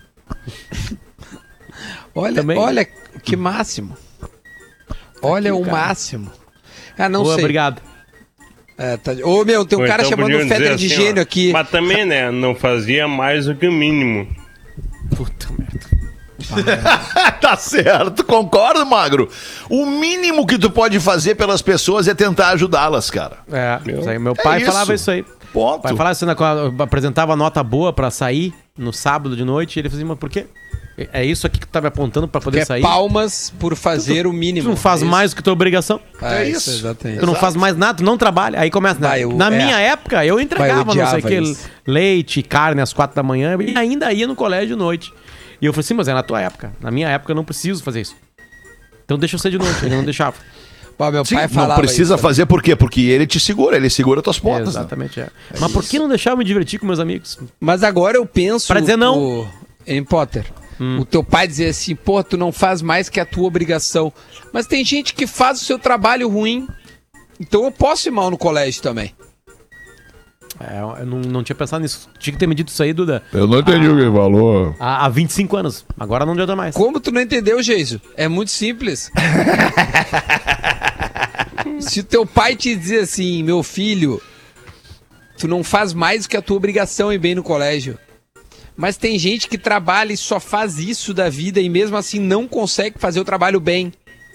Olha que Máximo. Olha aqui, o Máximo. Ah, não sei.
Obrigado.
Ô, meu, tem um cara
então
chamando o Feder de
assim,
gênio aqui.
Mas também, né, não fazia mais do que o mínimo.
Puta merda.
Tá certo, concordo, Magro. O mínimo que tu pode fazer pelas pessoas é tentar ajudá-las, cara.
Meu pai falava isso aí.
Ponto.
O pai falava isso, né, quando apresentava nota boa pra sair no sábado de noite, e ele fazia: mas por quê? É isso aqui que tu tá me apontando pra poder sair?
Palmas por fazer o mínimo.
Tu não faz mais do que tua obrigação.
É isso. Exatamente.
Tu não faz mais nada, tu não trabalha. Aí começa. Na minha época, eu entregava, não sei o que, leite, carne às 4 da manhã, e ainda ia no colégio de noite. E eu falei assim: mas é na tua época. Na minha época eu não preciso fazer isso. Então deixa eu ser de noite. Ele não deixava.
Pô, meu pai
não precisa
isso,
fazer por quê? Porque ele te segura, ele segura tuas pontas.
Exatamente, né? Mas por que não deixar eu me divertir com meus amigos?
Mas agora eu penso...
Pra dizer não.
Em Potter, o teu pai dizer assim: pô, tu não faz mais que a tua obrigação. Mas tem gente que faz o seu trabalho ruim. Então eu posso ir mal no colégio também.
Eu não tinha pensado nisso. Tinha que ter me dito isso aí, Duda.
Eu não entendi o que ele falou.
Há 25 anos. Agora não adianta mais.
Como tu não entendeu, Geiso? É muito simples. Se o teu pai te dizer assim: meu filho, tu não faz mais do que a tua obrigação ir bem no colégio. Mas tem gente que trabalha e só faz isso da vida e mesmo assim não consegue fazer o trabalho bem.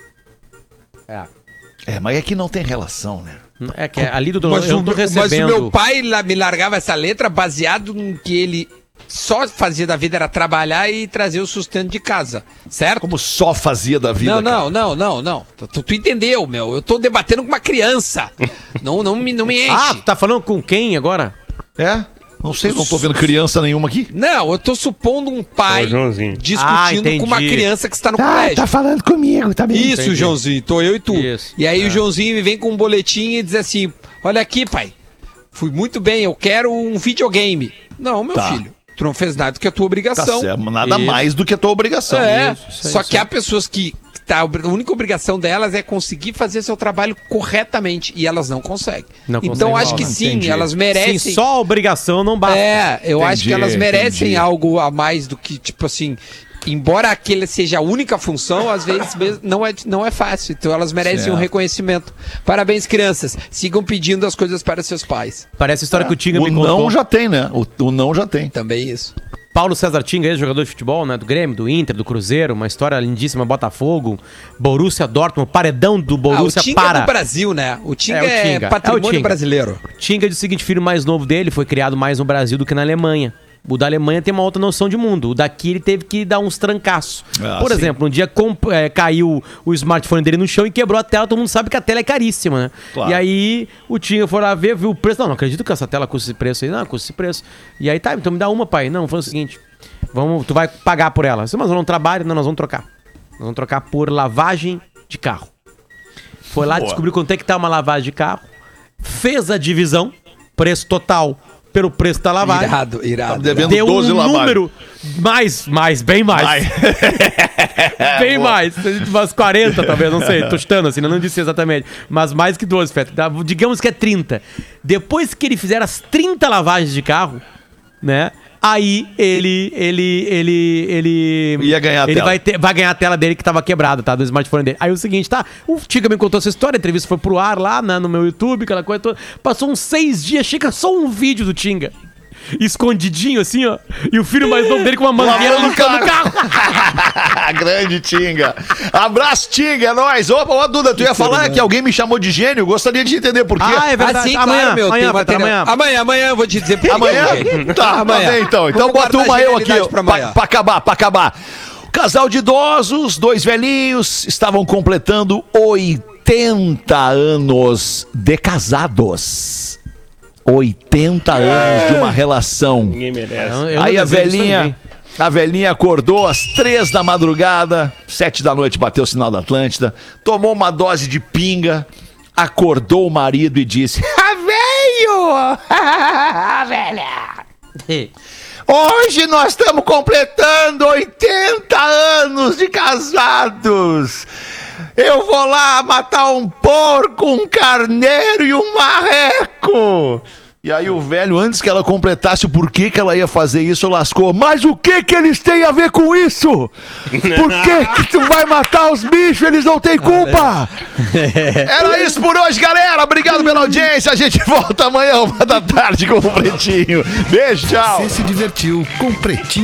Mas aqui não tem relação, né?
É que ali do eu tô recebendo...
Mas o meu pai me largava essa letra baseado em que ele só fazia da vida era trabalhar e trazer o sustento de casa, certo?
Como só fazia da vida?
Não. Tu entendeu, meu? Eu tô debatendo com uma criança. não me enche.
Ah, tu tá falando com quem agora?
Não sei, não tô vendo criança nenhuma aqui.
Não, eu tô supondo um pai discutindo com uma criança que está no colégio.
Tá falando comigo, tá bem?
Isso,
entendi.
Joãozinho, tô eu e tu.
Isso.
E aí o Joãozinho me vem com um boletim e diz assim: olha aqui, pai, fui muito bem, eu quero um videogame. Não, meu filho, tu não fez nada do que a tua obrigação.
Tá certo, nada mais do que a tua obrigação.
Só que há pessoas que a única obrigação delas é conseguir fazer seu trabalho corretamente e elas não conseguem. Então acho que sim, elas merecem.
Sim, só a obrigação não basta.
Eu acho que elas merecem algo a mais do que, tipo assim, embora aquele seja a única função, às vezes não é fácil. Então elas merecem um reconhecimento. Parabéns, crianças. Sigam pedindo as coisas para seus pais.
Parece a história que o Tinga me contou.
O não já tem, né? O não já tem.
Também isso.
Paulo César Tinga, ex-jogador de futebol, né? Do Grêmio, do Inter, do Cruzeiro. Uma história lindíssima. Botafogo, Borussia Dortmund, paredão do Borussia
o Tinga é do Brasil, né? O Tinga é patrimônio brasileiro.
Tinga diz o seguinte: filho mais novo dele foi criado mais no Brasil do que na Alemanha. O da Alemanha tem uma outra noção de mundo. O daqui ele teve que dar uns trancaços. Por exemplo, um dia caiu o smartphone dele no chão e quebrou a tela. Todo mundo sabe que a tela é caríssima, né? Claro. E aí o Tinga foi lá ver, viu o preço. Não acredito que essa tela custa esse preço aí. Não, custa esse preço. E aí então me dá uma, pai. Não, foi o seguinte: tu vai pagar por ela. Mas eu não trabalho. Não, nós vamos trocar. Nós vamos trocar por lavagem de carro. Foi lá, descobriu quanto é que tá uma lavagem de carro. Fez a divisão, preço total pelo preço da lavagem.
Irado.
Deu 12 um número bem mais. Bem mais. Umas 40, talvez, não sei. Tô chutando assim, não disse exatamente. Mas mais que 12, Feta. Digamos que é 30. Depois que ele fizer as 30 lavagens de carro, né? Aí ele
ia ganhar a tela.
Vai ganhar a tela dele que tava quebrada, tá? Do smartphone dele. Aí o seguinte, tá? O Tinga me contou essa história, a entrevista foi pro ar lá no meu YouTube, aquela coisa toda. Passou uns 6 dias, chega só um vídeo do Tinga. escondidinho assim, ó. E o filho mais novo dele com uma mangueira no carro.
Grande Tinga. Abraço, Tinga, é nóis. Ô, Duda, tu ia falar que alguém me chamou de gênio? Gostaria de entender por quê.
Ah, é verdade.
Sim,
amanhã,
claro, meu.
amanhã,
Tem material. Amanhã eu vou te dizer por quê.
Amanhã? Tá,
amanhã.
Bem, então. Então bota uma eu aqui pra acabar. Casal de idosos, 2 velhinhos, estavam completando 80 anos de casados. 80 anos de uma relação. Ninguém merece. Aí a velhinha acordou às 3 da madrugada, 7 da noite bateu o sinal da Atlântida, tomou uma dose de pinga, acordou o marido e disse: velho! Velha! Hoje nós estamos completando 80 anos de casados. Eu vou lá matar um porco, um carneiro e um marreco. E aí o velho, antes que ela completasse o porquê que ela ia fazer isso, lascou. Mas o que eles têm a ver com isso? Por que tu vai matar os bichos? Eles não têm culpa. Era isso por hoje, galera. Obrigado pela audiência. A gente volta amanhã, 1 da tarde, com o Pretinho. Beijo, tchau.
Você se divertiu com Pretinho.